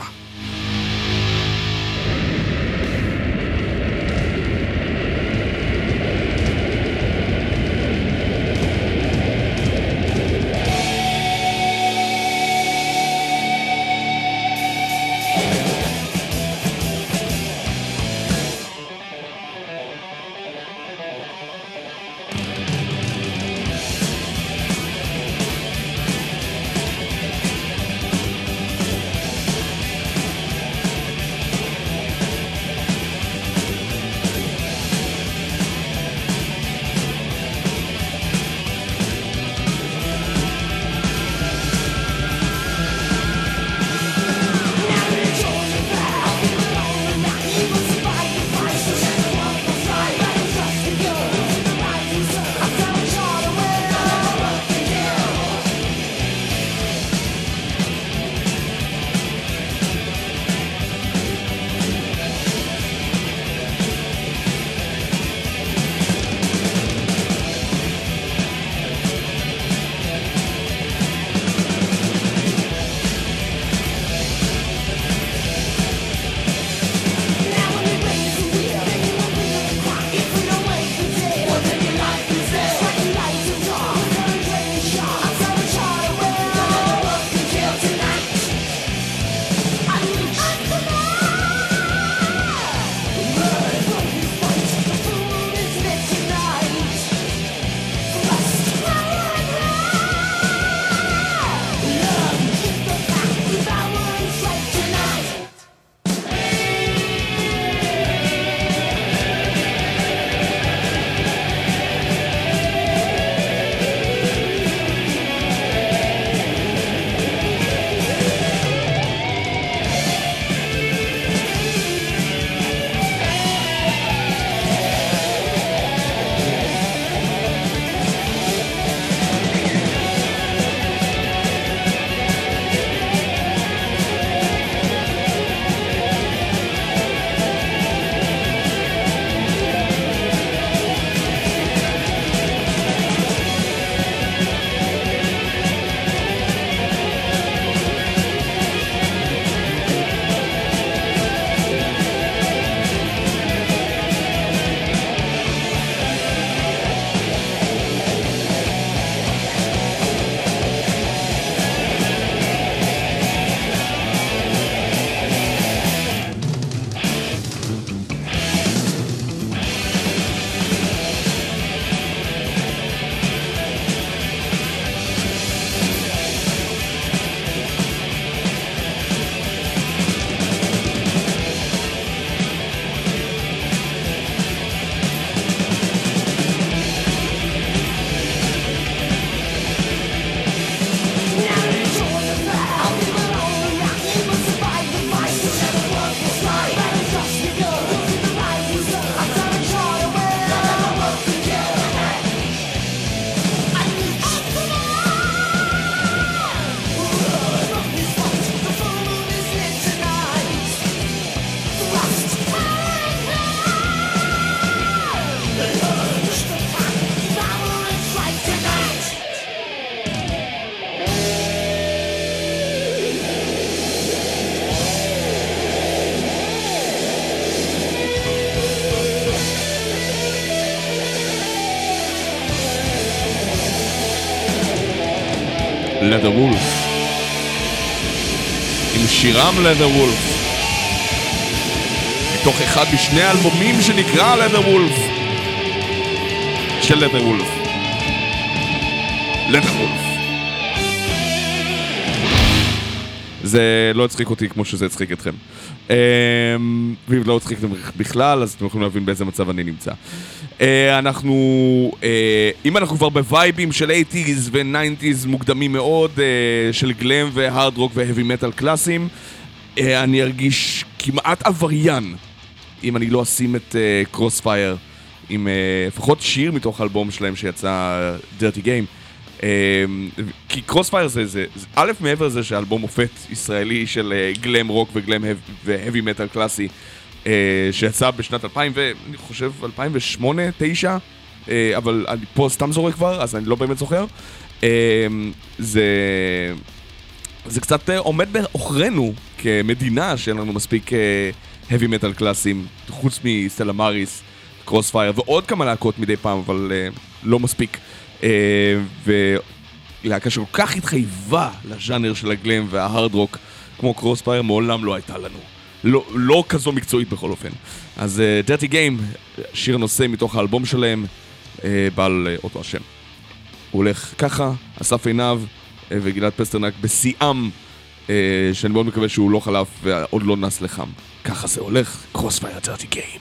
Leather Wolf. עם שירם Leather Wolf. מתוך אחד משני האלבומים שנקרא Leather Wolf. של Leather Wolf. Leather Wolf. זה לא הצחיק אותי כמו שזה הצחיק אתכם. ואם לא הצחיק אתכם בכלל, אז אתם יכולים להבין באיזה מצב אני נמצא. אנחנו, אם אנחנו כבר בווייבים של אייטיז וניינטיז מוקדמים מאוד, של גלם והארד רוק וההבי מטל קלאסיים, אני ארגיש כמעט עבריין אם אני לא אשים את קרוספייר עם לפחות שיר מתוך האלבום שלהם שיצא Dirty Game. כי קרוספייר זה, זה, א' מעבר לזה שהאלבום מופת ישראלי של גלם רוק וגלם והבי מטל קלאסי שיצא בשנת אלפיים ואני חושב אלפיים ושמונה תשע, אבל אני פה סתם זורק כבר, אז אני לא באמת זוכר. זה זה קצת עומד באוכרנו כמדינה שאין לנו מספיק heavy metal קלאסיים, חוץ מסטלה מאריס, קרוספייר ועוד כמה להקות מדי פעם, אבל לא מספיק. ולהקה שכל כך התחייבה לז'אנר של הגלם וההארד רוק כמו קרוספייר מעולם לא הייתה לנו, לא, לא כזו מקצועית בכל אופן. אז uh, Dirty Game, שיר נושא מתוך האלבום שלהם, uh, בעל uh, אותו השם. הוא הולך ככה, אסף עיניו uh, וגלעד פסטרנק בשיאם, uh, שאני מאוד מקווה שהוא לא חלף ועוד לא נס לחם. ככה זה הולך, קרוספייר Dirty Game.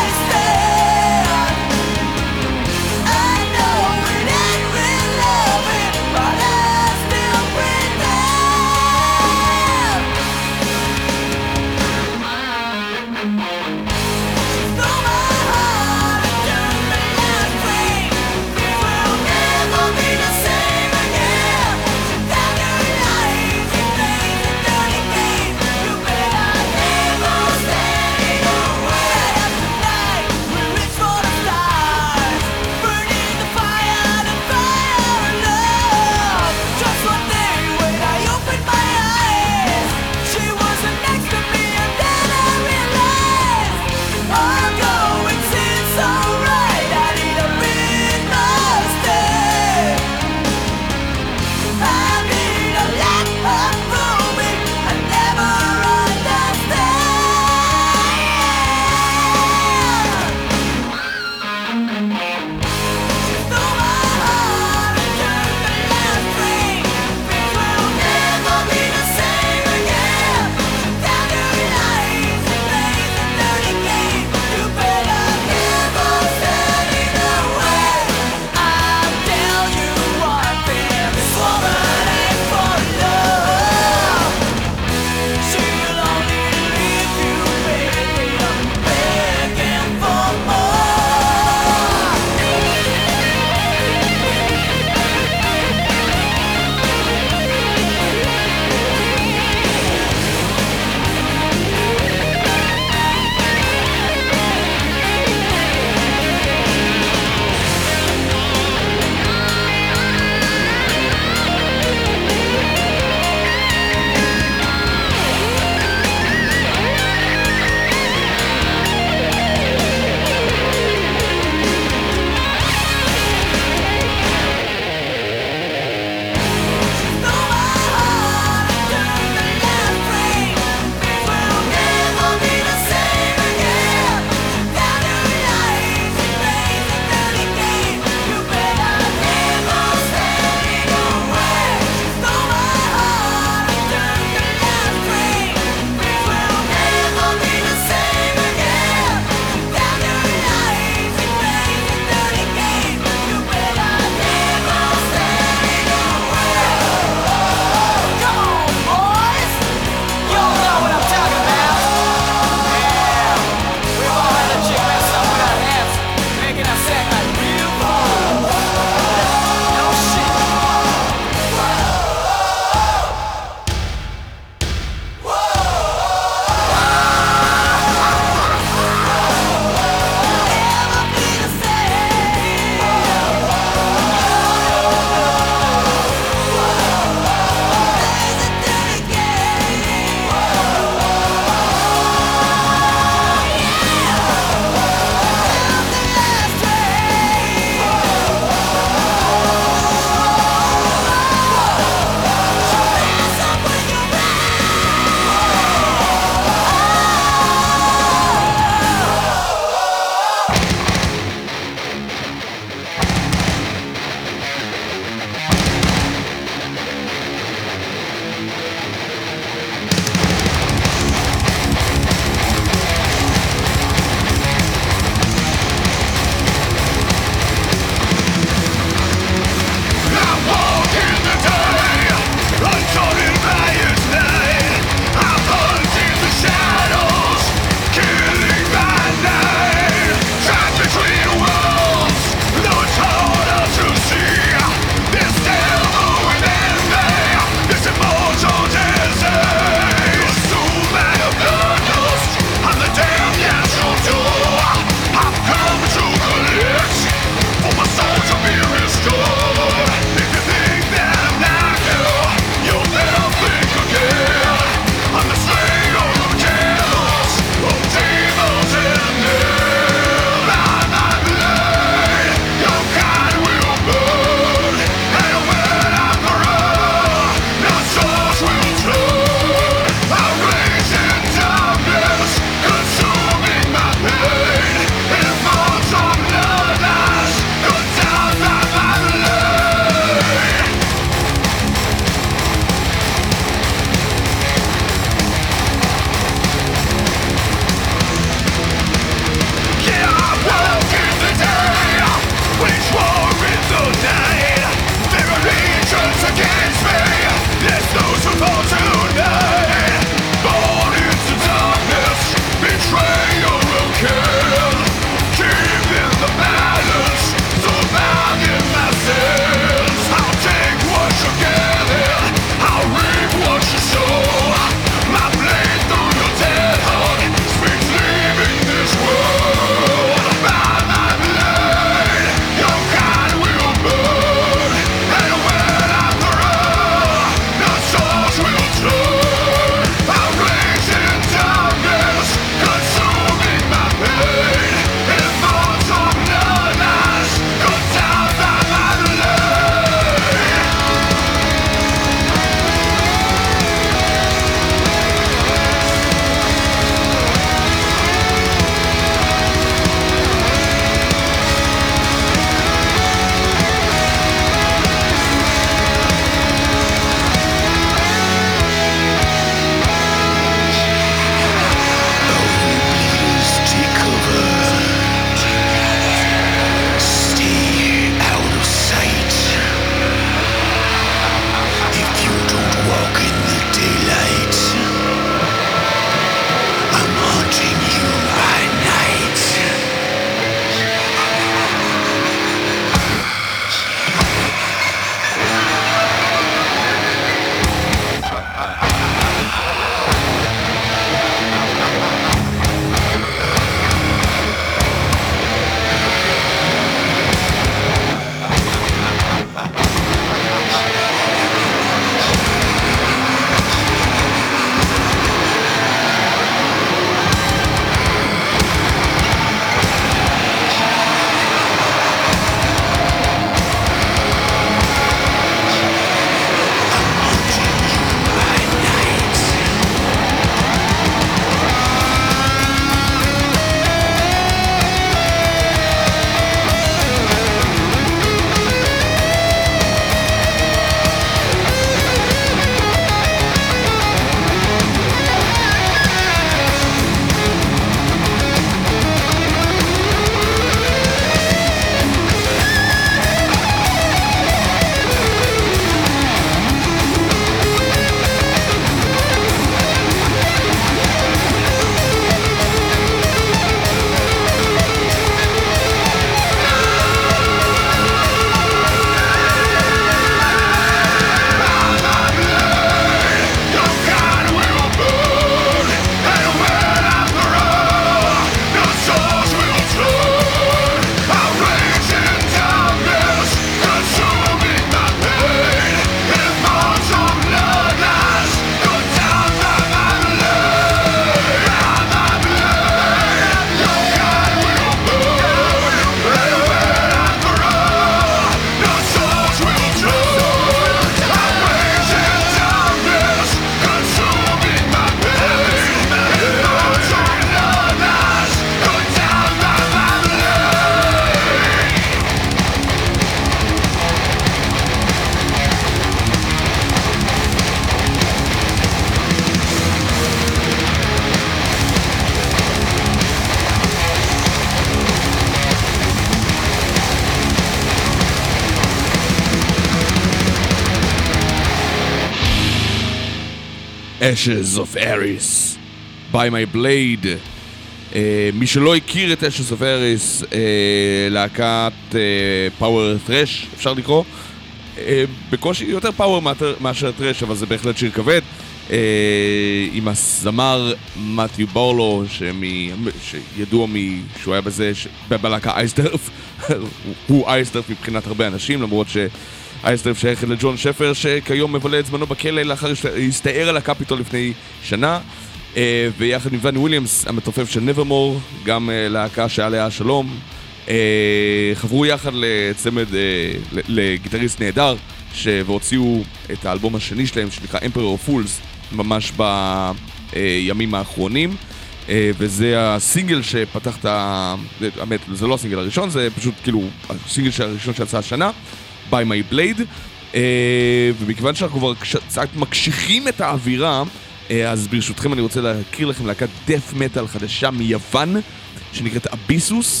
Ashes of Ares, by my blade. uh, מי שלא הכיר את Ashes of Ares, uh, להקת uh, Power Thrash, אפשר לקרוא, uh, בקושי יותר פאוור מאשר טרש, אבל זה בהחלט שיר כבד, uh, עם הזמר מתיו ברלו, שמי, שידוע מי, שהוא היה בזה, ש... בלהקה אייסדרף, הוא אייסדרף מבחינת הרבה אנשים, למרות שאייסדרף שייכת לג'ון שפר, שכיום מבלה את זמנו בכלא לאחר שהסתער על הקפיטול לפני שנה, uh, ויחד עם ואני וויליאמס, המתופף של נברמור, גם uh, להקה שעליה השלום, uh, חברו יחד לצמד, uh, לגיטריסט נהדר, והוציאו את האלבום השני שלהם, שנקרא Emperor of Fools, ממש בימים האחרונים, uh, וזה הסינגל שפתח את ה... האמת, זה לא הסינגל הראשון, זה פשוט כאילו הסינגל הראשון שיצא השנה, By My Blade, uh, ומכיוון שאנחנו כבר קצת מקשיחים את האווירה, אז ברשותכם אני רוצה להכיר לכם להקת דף מטל חדשה מיוון שנקראת אביסוס,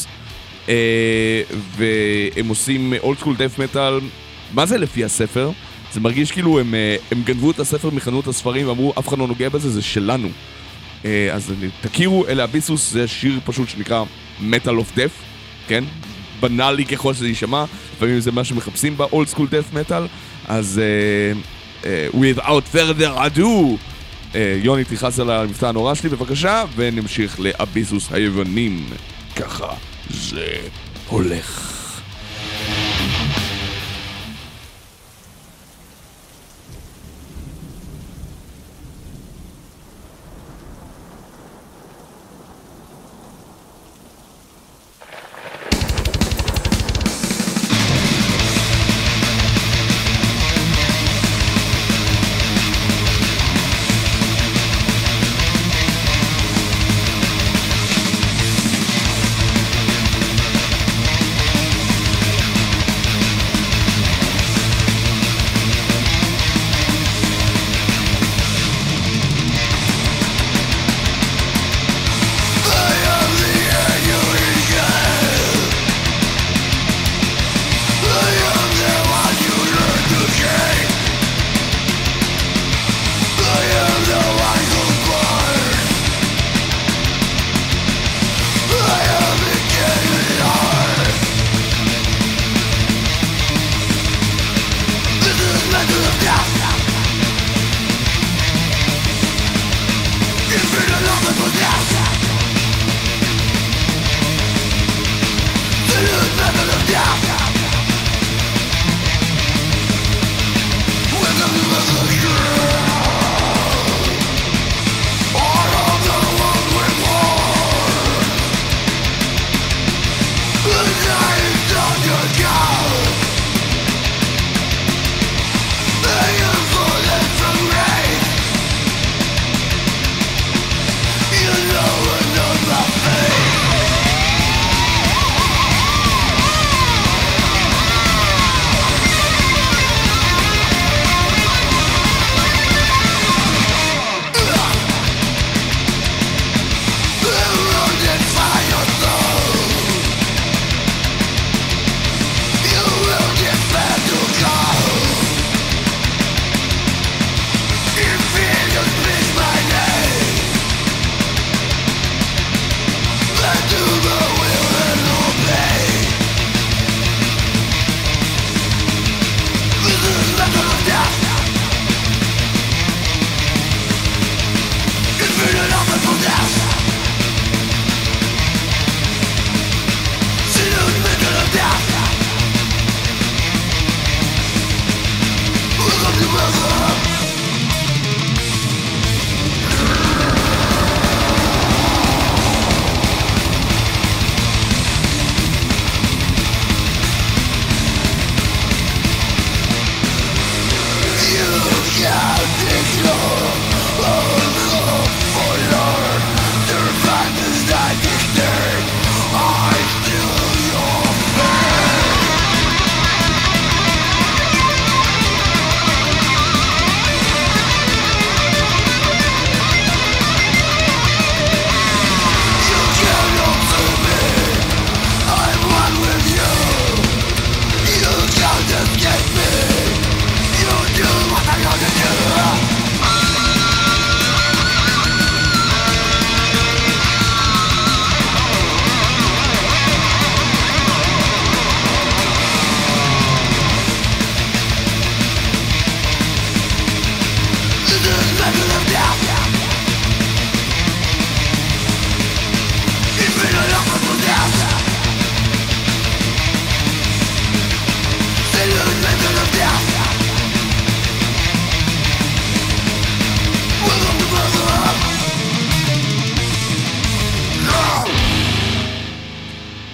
והם עושים אולד סקול דף מטל. מה זה לפי הספר? זה מרגיש כאילו הם, הם גנבו את הספר מחנות הספרים ואמרו אף אחד לא נוגע בזה, זה שלנו. אז תכירו, אלה אביסוס, זה שיר פשוט שנקרא מטל אוף דף, כן? בנאלי ככל שזה יישמע, לפעמים זה מה שמחפשים באולד סקול דף מטל. אז uh, uh, without further ado, Uh, יוני תיחס על המבטא הנורא שלי בבקשה, ונמשיך לאביסוס היוונים. ככה זה הולך. We'll be right back.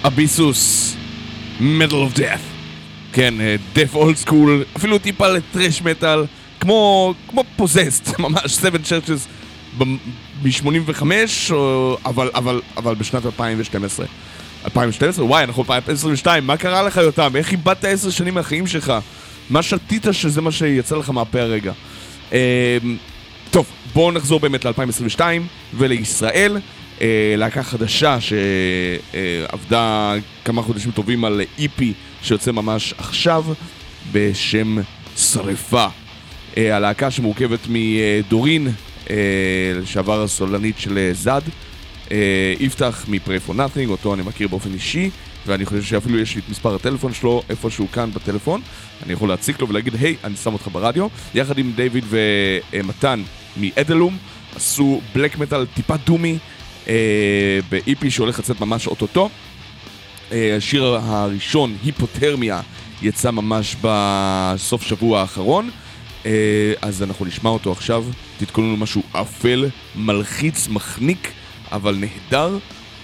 אביסוס, Metal of Death. כן, Death Old School, אפילו טיפה לטרש מטל, כמו, כמו פוזסט, ממש, Seven Churches מ-שמונים וחמש, אבל, אבל, אבל בשנת אלפיים ושתים עשרה. אלפיים ושתים עשרה? וואי, אנחנו אלפיים עשרים ושתיים, מה קרה לך יותם? איך איבדת עשר שנים מהחיים שלך? מה שתית שזה מה שיצא לך מהפה הרגע? טוב, בואו נחזור באמת ל-אלפיים עשרים ושתיים ולישראל. להקה חדשה שעבדה כמה חודשים טובים על אי פי שיוצא ממש עכשיו בשם שריפה. הלהקה שמורכבת מדורין, לשעבר הסולנית של זד, יפתח מ-Pray for Nothing, אותו אני מכיר באופן אישי, ואני חושב שאפילו יש לי את מספר הטלפון שלו איפשהו כאן בטלפון, אני יכול להציק לו ולהגיד היי, אני שם אותך ברדיו. יחד עם דיוויד ומתן מאדלום עשו בלק מטל טיפה דומי ב-אי פי שהולך לצאת ממש אוטוטו. השיר הראשון, היפותרמיה, יצא ממש בסוף שבוע האחרון, אז אנחנו נשמע אותו עכשיו. תתכוננו לנו משהו אפל, מלחיץ, מחניק, אבל נהדר.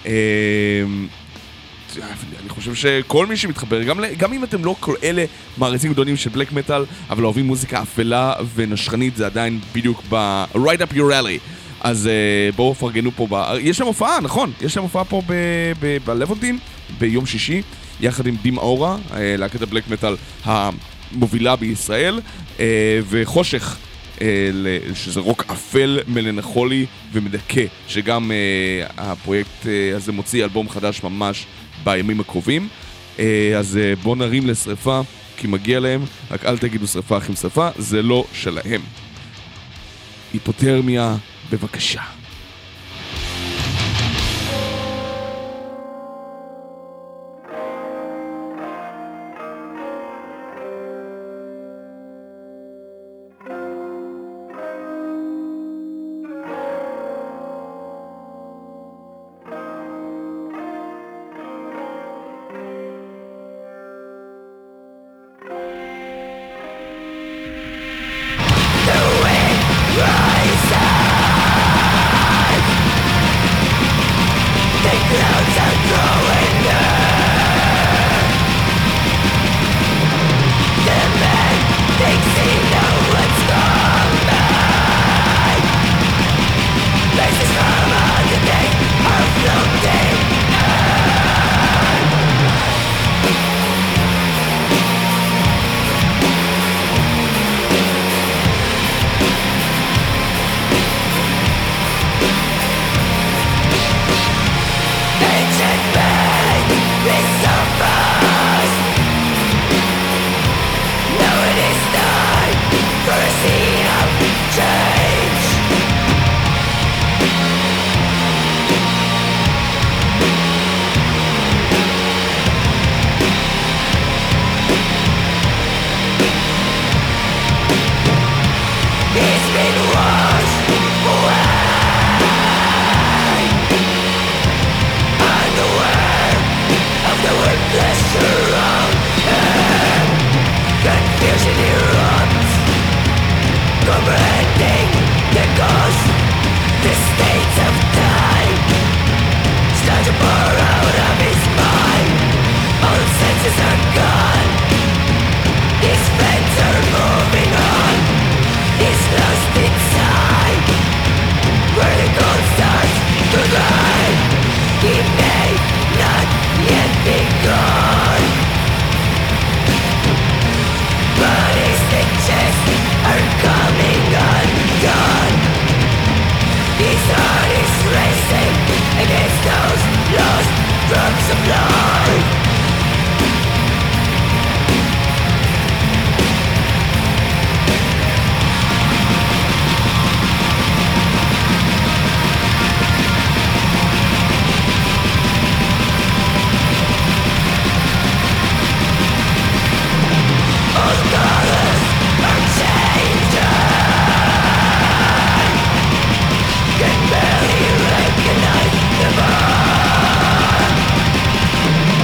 אני חושב שכל מי שמתחבר, גם, גם אם אתם לא כל אלה מעריצים גדולים של בלק מטל, אבל אוהבים מוזיקה אפלה ונשכנית, זה עדיין בדיוק ב- right up your alley. אז uh, בואו פרגנו פה, ב- יש להם הופעה, נכון, יש להם הופעה פה בלוונטין ביום שישי, יחד עם דים אורה, uh, להקת הבלק מטל המובילה בישראל, uh, וחושך, uh, שזה רוק אפל, מלנכולי ומדכא, שגם uh, הפרויקט uh, הזה מוציא אלבום חדש ממש בימים הקרובים. uh, אז uh, בואו נרים לשריפה, כי מגיע להם, רק אל תגידו שריפה אחים שריפה, זה לא שלהם. היפותרמיה, בבקשה. Can barely recognize the bar.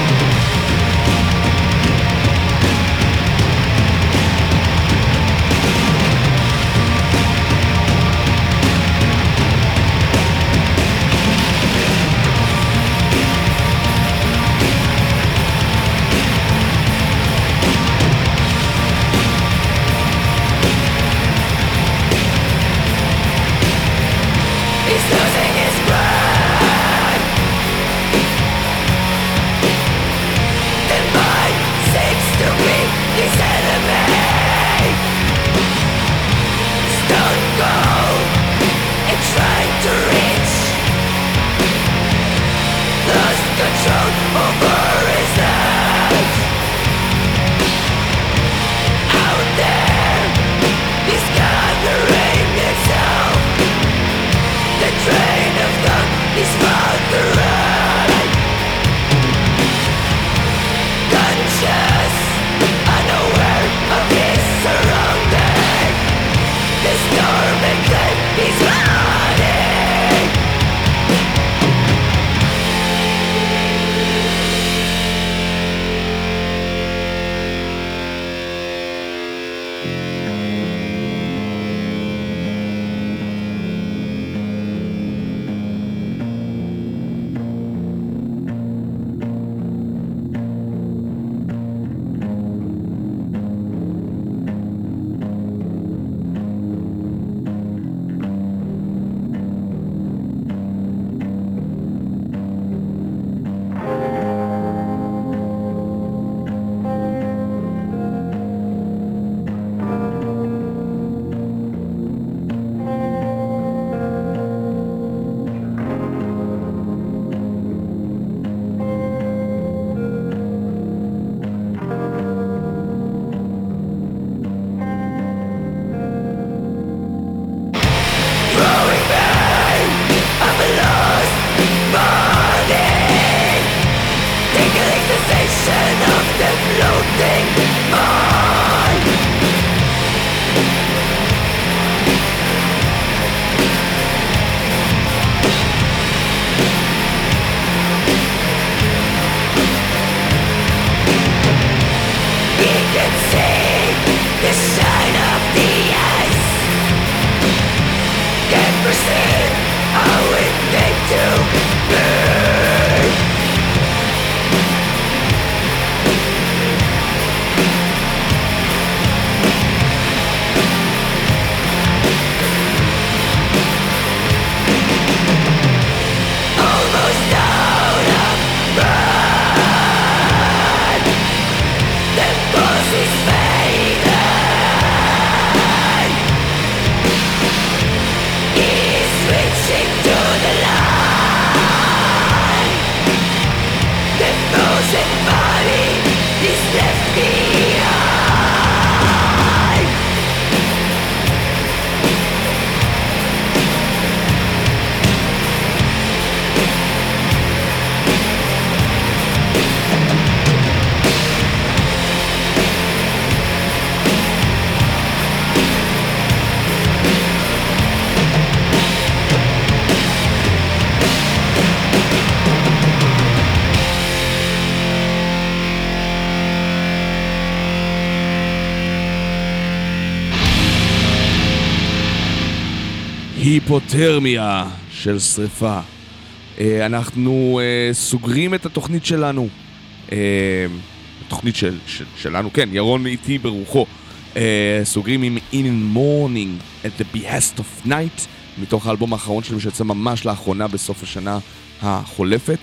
היפותרמיה של שריפה. אנחנו סוגרים את התוכנית שלנו. התוכנית של, של, שלנו, כן, ירון איתי ברוחו. סוגרים עם In Morning at the Behest of Night, מתוך האלבום האחרון שלנו שיצא ממש לאחרונה בסוף השנה החולפת.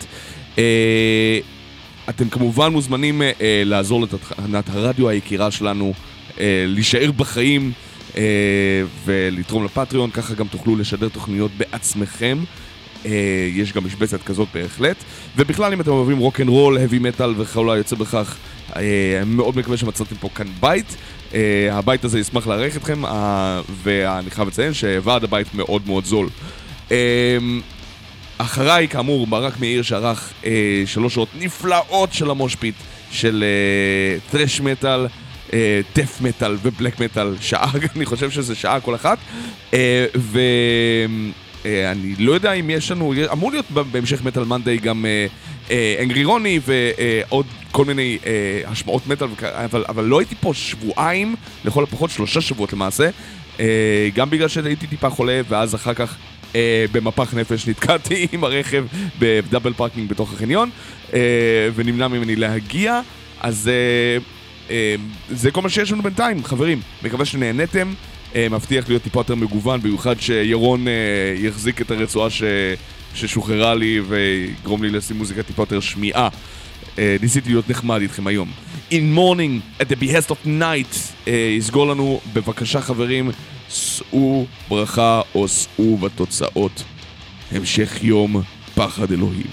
אתם כמובן מוזמנים לעזור לתחנת הרדיו היקירה שלנו להישאר בחיים ולתרום לפטריון, ככה גם תוכלו לשדר תוכניות בעצמכם. יש גם משבצת כזאת בהחלט. ובכלל, אם אתם אוהבים רוק אנד רול, heavy metal וכאלה יוצא בכך, מאוד מקווה שמצאתם פה כאן בית. הבית הזה ישמח להערך אתכם, ואני חייב לציין שוועד הבית מאוד מאוד זול. אחריי, כאמור, ברק מאיר שערך שלוש שעות נפלאות של המושפיט, של טרש מטל, דף מטל ובלק מטל, שעה, אני חושב שזה שעה כל אחת. ואני לא יודע אם יש לנו, אמור להיות בהמשך מטל מנדי גם אנגרי רוני ועוד כל מיני השמעות מטל, אבל, אבל לא הייתי פה שבועיים, לכל הפחות שלושה שבועות למעשה, גם בגלל שהייתי טיפה חולה, ואז אחר כך במפח נפש נתקעתי עם הרכב בדאבל פארקינג בתוך החניון, ונמנע ממני להגיע. אז זה כל מה שיש לנו בינתיים, חברים. מקווה שנהנתם. מבטיח להיות טיפה יותר מגוון, במיוחד שירון יחזיק את הרצועה ש... ששוחררה לי ויגרום לי לשים מוזיקה טיפה יותר שמיעה. ניסיתי להיות נחמד איתכם היום. In Morning at the Behest of Night יסגור לנו, בבקשה חברים, שאו ברכה או שאו בתוצאות. המשך יום פחד אלוהים.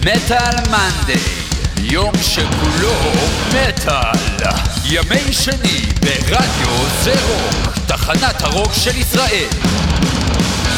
מטל מנדי, יום שכולו מטל. ימי שני ברדיו זה רוק, תחנת הרוק של ישראל.